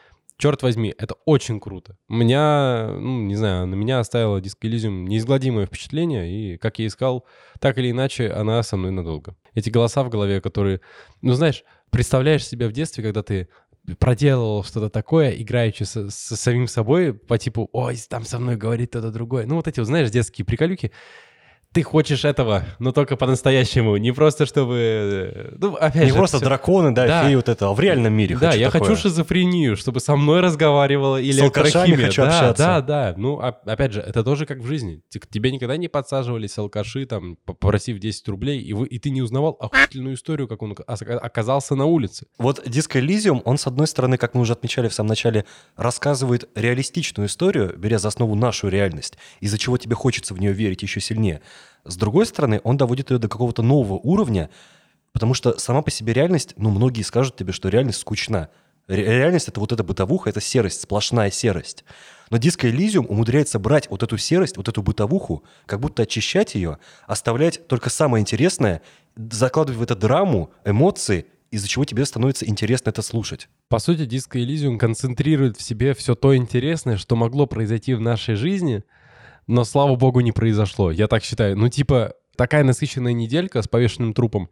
черт возьми, это очень круто. Меня, не знаю, на меня оставила Disco Elysium неизгладимое впечатление, и, как я искал, так или иначе, она со мной надолго. Эти голоса в голове, которые, знаешь, представляешь себя в детстве, когда ты проделывал что-то такое, играючи с самим собой, по типу, ой, там со мной говорит кто-то другой. Вот эти, знаешь, детские приколюки. Ты хочешь этого, но только по-настоящему. Не просто, чтобы... опять не же, просто все... драконы, феи а в реальном мире Да, хочу я такое. хочу шизофрению, чтобы со мной разговаривала или с алкашами хочу общаться. Да. Опять же, это тоже как в жизни. Тебе никогда не подсаживались алкаши, там, попросив 10 рублей, и ты не узнавал охуительную историю, как он оказался на улице. Вот Disco Elysium, он, с одной стороны, как мы уже отмечали в самом начале, рассказывает реалистичную историю, беря за основу нашу реальность, из-за чего тебе хочется в нее верить еще сильнее. С другой стороны, он доводит ее до какого-то нового уровня, потому что сама по себе реальность, многие скажут тебе, что реальность скучна. Реальность — это вот эта бытовуха, это серость, сплошная серость. Но Disco Elysium умудряется брать вот эту серость, вот эту бытовуху, как будто очищать ее, оставлять только самое интересное, закладывать в это драму, эмоции, из-за чего тебе становится интересно это слушать. По сути, Disco Elysium концентрирует в себе все то интересное, что могло произойти в нашей жизни, но, слава богу, не произошло. Я так считаю. Такая насыщенная неделька с повешенным трупом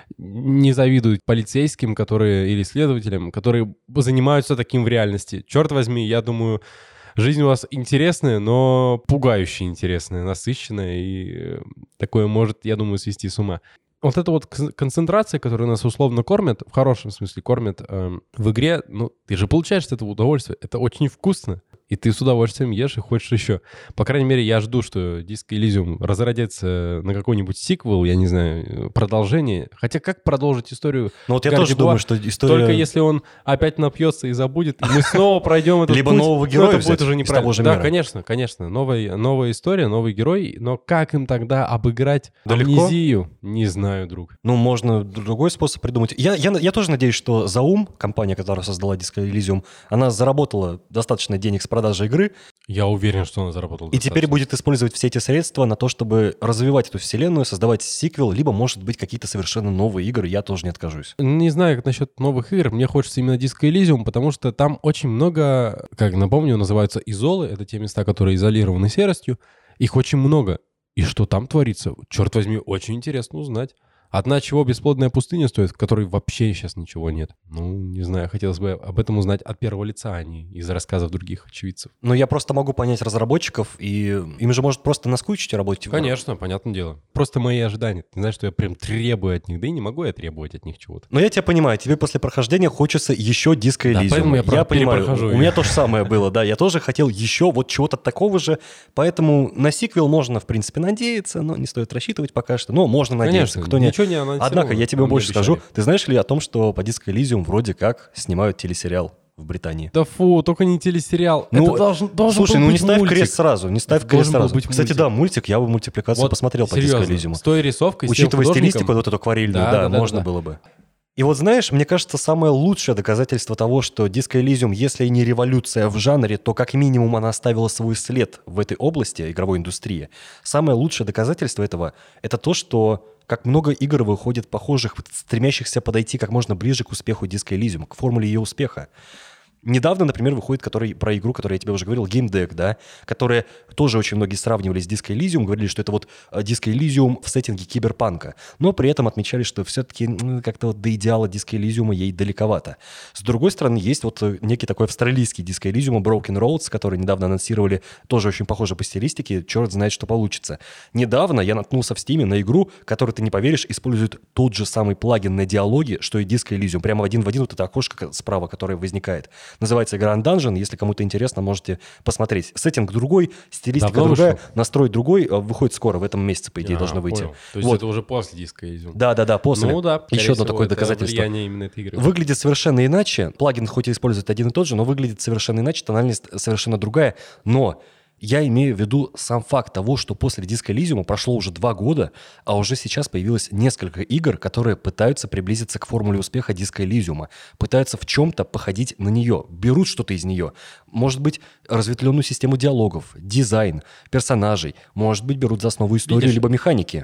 не завидует полицейским, или следователям, которые занимаются таким в реальности. Черт возьми, я думаю, жизнь у вас интересная, но пугающе интересная, насыщенная, и такое может, я думаю, свести с ума. Вот эта вот концентрация, которая нас условно кормят, в хорошем смысле кормят в игре, ты же получаешь от этого удовольствие. Это очень вкусно. И ты с удовольствием ешь и хочешь еще. По крайней мере, я жду, что Disco Elysium разродится на какой-нибудь сиквел, я не знаю, продолжение. Хотя как продолжить историю? Я тоже думаю, что история... Только если он опять напьется и забудет, и мы снова пройдем этот путь. Либо нового героя это будет уже из того же мира. мира. Да, конечно. Новая история, новый герой. Но как им тогда обыграть Далеко? амнезию? Не знаю, друг. Можно другой способ придумать. Я тоже надеюсь, что Zaum, компания, которая создала Disco Elysium, она заработала достаточно денег с продажи игры. Я уверен, что она заработала. И теперь будет использовать все эти средства на то, чтобы развивать эту вселенную, создавать сиквел, либо, может быть, какие-то совершенно новые игры. Я тоже не откажусь. Не знаю, как насчет новых игр. Мне хочется именно Disco Elysium, потому что там очень много, как напомню, называются изолы. Это те места, которые изолированы серостью. Их очень много. И что там творится, черт возьми, очень интересно узнать. Одна чего бесплодная пустыня стоит, в которой вообще сейчас ничего нет. Не знаю, хотелось бы об этом узнать от первого лица, а не из рассказов других очевидцев. Но я просто могу понять разработчиков, и им же может просто наскучить работать. Конечно, понятное дело. Просто мои ожидания. Ты знаешь, что я прям требую от них, да и не могу я требовать от них чего-то. Но я тебя понимаю, тебе после прохождения хочется еще Disco Elysium. Да, поэтому я понимаю, у меня то же самое было, да. Я тоже хотел еще вот чего-то такого же, поэтому на сиквел можно, в принципе, надеяться, но не стоит рассчитывать пока что. Но можно надеяться. Конечно, ничего не анонсировано. Однако, я тебе больше скажу. Ты знаешь ли о том, что по Disco Elysium вроде как снимают телесериал в Британии? Да фу, только не телесериал. Это должен слушай, был быть не ставь мультик. крест сразу, не ставь крест сразу. Кстати, да, мультик, я бы мультипликацию посмотрел по Disco Elysium. С той рисовкой, учитывая с тем стилистику вот эту акварельную, да, можно было бы. И вот знаешь, мне кажется, самое лучшее доказательство того, что Disco Elysium, если и не революция в жанре, то как минимум она оставила свой след в этой области игровой индустрии. Самое лучшее доказательство этого — это то, что как много игр выходит похожих, стремящихся подойти как можно ближе к успеху Disco Elysium, к формуле ее успеха. Недавно, например, выходит про игру, которую я тебе уже говорил, Game Deck, да, которая тоже очень многие сравнивали с Disco Elysium, говорили, что это вот Disco Elysium в сеттинге киберпанка, но при этом отмечали, что все-таки как-то вот до идеала Disco Elysium ей далековато. С другой стороны, есть вот некий такой австралийский Disco Elysium, Broken Roads, который недавно анонсировали, тоже очень похоже по стилистике, черт знает, что получится. Недавно я наткнулся в Steam на игру, которую, ты не поверишь, использует тот же самый плагин на диалоги, что и Disco Elysium, прямо один в один вот это окошко справа, которое возникает. Называется игра Undaungeon, если кому-то интересно, можете посмотреть. Сеттинг другой, стилистика давно другая, вышел? настрой другой, выходит скоро, в этом месяце, по идее, должно выйти. Понял. То есть это уже после Disco Elysium. Да, после. Ну да, еще одно всего, такое это доказательство. влияние именно этой игры. Выглядит совершенно иначе. Плагин хоть и использует один и тот же, но выглядит совершенно иначе, тональность совершенно другая. Но я имею в виду сам факт того, что после Disco Elysium прошло уже 2 года, а уже сейчас появилось несколько игр, которые пытаются приблизиться к формуле успеха Disco Elysium, пытаются в чем-то походить на нее, берут что-то из нее. Может быть, разветвленную систему диалогов, дизайн, персонажей, может быть, берут за основу историю либо механики.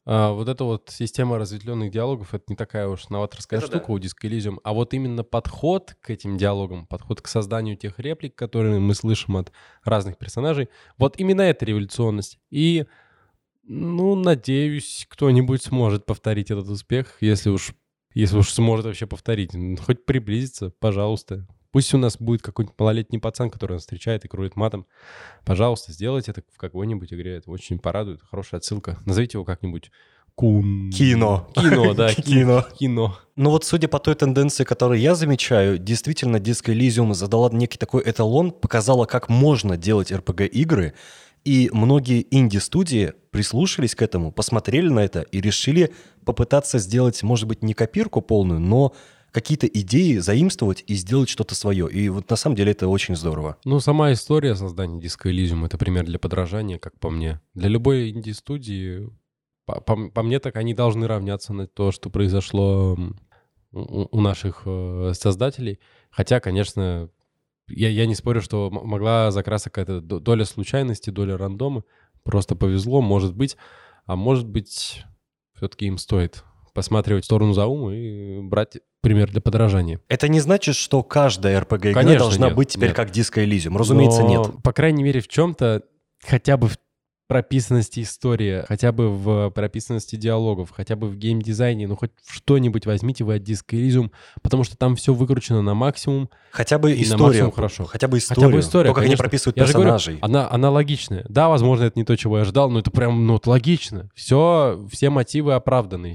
Вот эта вот система разветвленных диалогов — это не такая уж новаторская штука у Disco Elysium, а вот именно подход к этим диалогам, подход к созданию тех реплик, которые мы слышим от разных персонажей, вот именно это революционность. И, надеюсь, кто-нибудь сможет повторить этот успех, если уж сможет вообще повторить. Хоть приблизиться, пожалуйста. Пусть у нас будет какой-нибудь малолетний пацан, который нас встречает и кроет матом. Пожалуйста, сделайте это в какой-нибудь игре. Это очень порадует. Хорошая отсылка. Назовите его как-нибудь Кино. Кино, да. Кино. Но вот судя по той тенденции, которую я замечаю, действительно Disco Elysium задала некий такой эталон, показала, как можно делать RPG-игры, и многие инди-студии прислушались к этому, посмотрели на это и решили попытаться сделать, может быть, не копирку полную, но какие-то идеи заимствовать и сделать что-то свое. И вот на самом деле это очень здорово. Сама история создания Disco Elysium — это пример для подражания, как по мне. Для любой инди-студии, по мне, так они должны равняться на то, что произошло у наших создателей. Хотя, конечно, я не спорю, что могла закрасться какая-то доля случайности, доля рандома. Просто повезло, может быть. А может быть, все-таки им стоит посматривать в сторону Заума и брать пример для подражания. Это не значит, что каждая RPG-игра должна быть теперь как Disco Elysium. Разумеется, нет. По крайней мере, в чем-то, хотя бы в прописанности истории, хотя бы в прописанности диалогов, хотя бы в геймдизайне, хоть что-нибудь возьмите вы от Disco Elysium, потому что там все выкручено на максимум. Хотя бы история. Хорошо. Хотя бы история. То, как они прописывают персонажей. Она логичная. Да, возможно, это не то, чего я ожидал, но это прям логично. Все мотивы оправданы.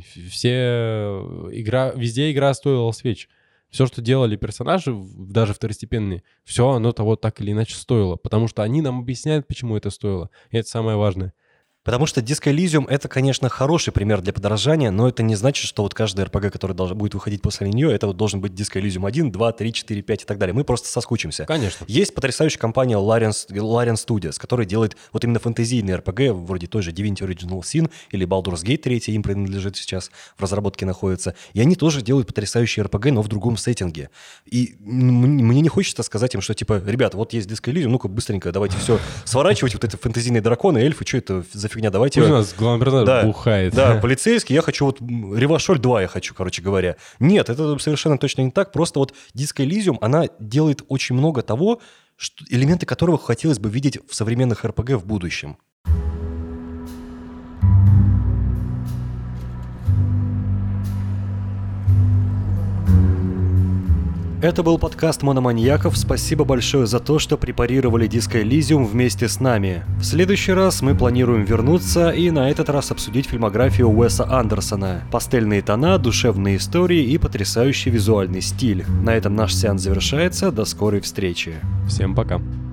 Везде игра стоила свеч. Все, что делали персонажи, даже второстепенные, все оно того так или иначе стоило. Потому что они нам объясняют, почему это стоило. И это самое важное. Потому что Disco Elysium — это, конечно, хороший пример для подражания, но это не значит, что вот каждый RPG, который будет выходить после нее, это вот должен быть Disco Elysium 1, 2, 3, 4, 5 и так далее. Мы просто соскучимся. Конечно. Есть потрясающая компания Larian Studios, которая делает вот именно фэнтезийные RPG, вроде той же Divinity Original Sin или Baldur's Gate 3, им принадлежит сейчас, в разработке находится. И они тоже делают потрясающие RPG, но в другом сеттинге. И мне не хочется сказать им, что типа, ребята, вот есть Disco Elysium, ну-ка быстренько давайте все сворачивать, вот эти фэнтезийные драконы, эльфы, что это за фигня, давайте... Пусть у нас главный персонаж бухает. Да, полицейский, я хочу вот Ревашоль 2 я хочу, короче говоря. Нет, это совершенно точно не так, просто вот Disco Elysium, она делает очень много того, элементы которого хотелось бы видеть в современных RPG в будущем. Это был подкаст Мономаньяков. Спасибо большое за то, что препарировали Disco Elysium вместе с нами. В следующий раз мы планируем вернуться и на этот раз обсудить фильмографию Уэса Андерсона. Пастельные тона, душевные истории и потрясающий визуальный стиль. На этом наш сеанс завершается. До скорой встречи. Всем пока.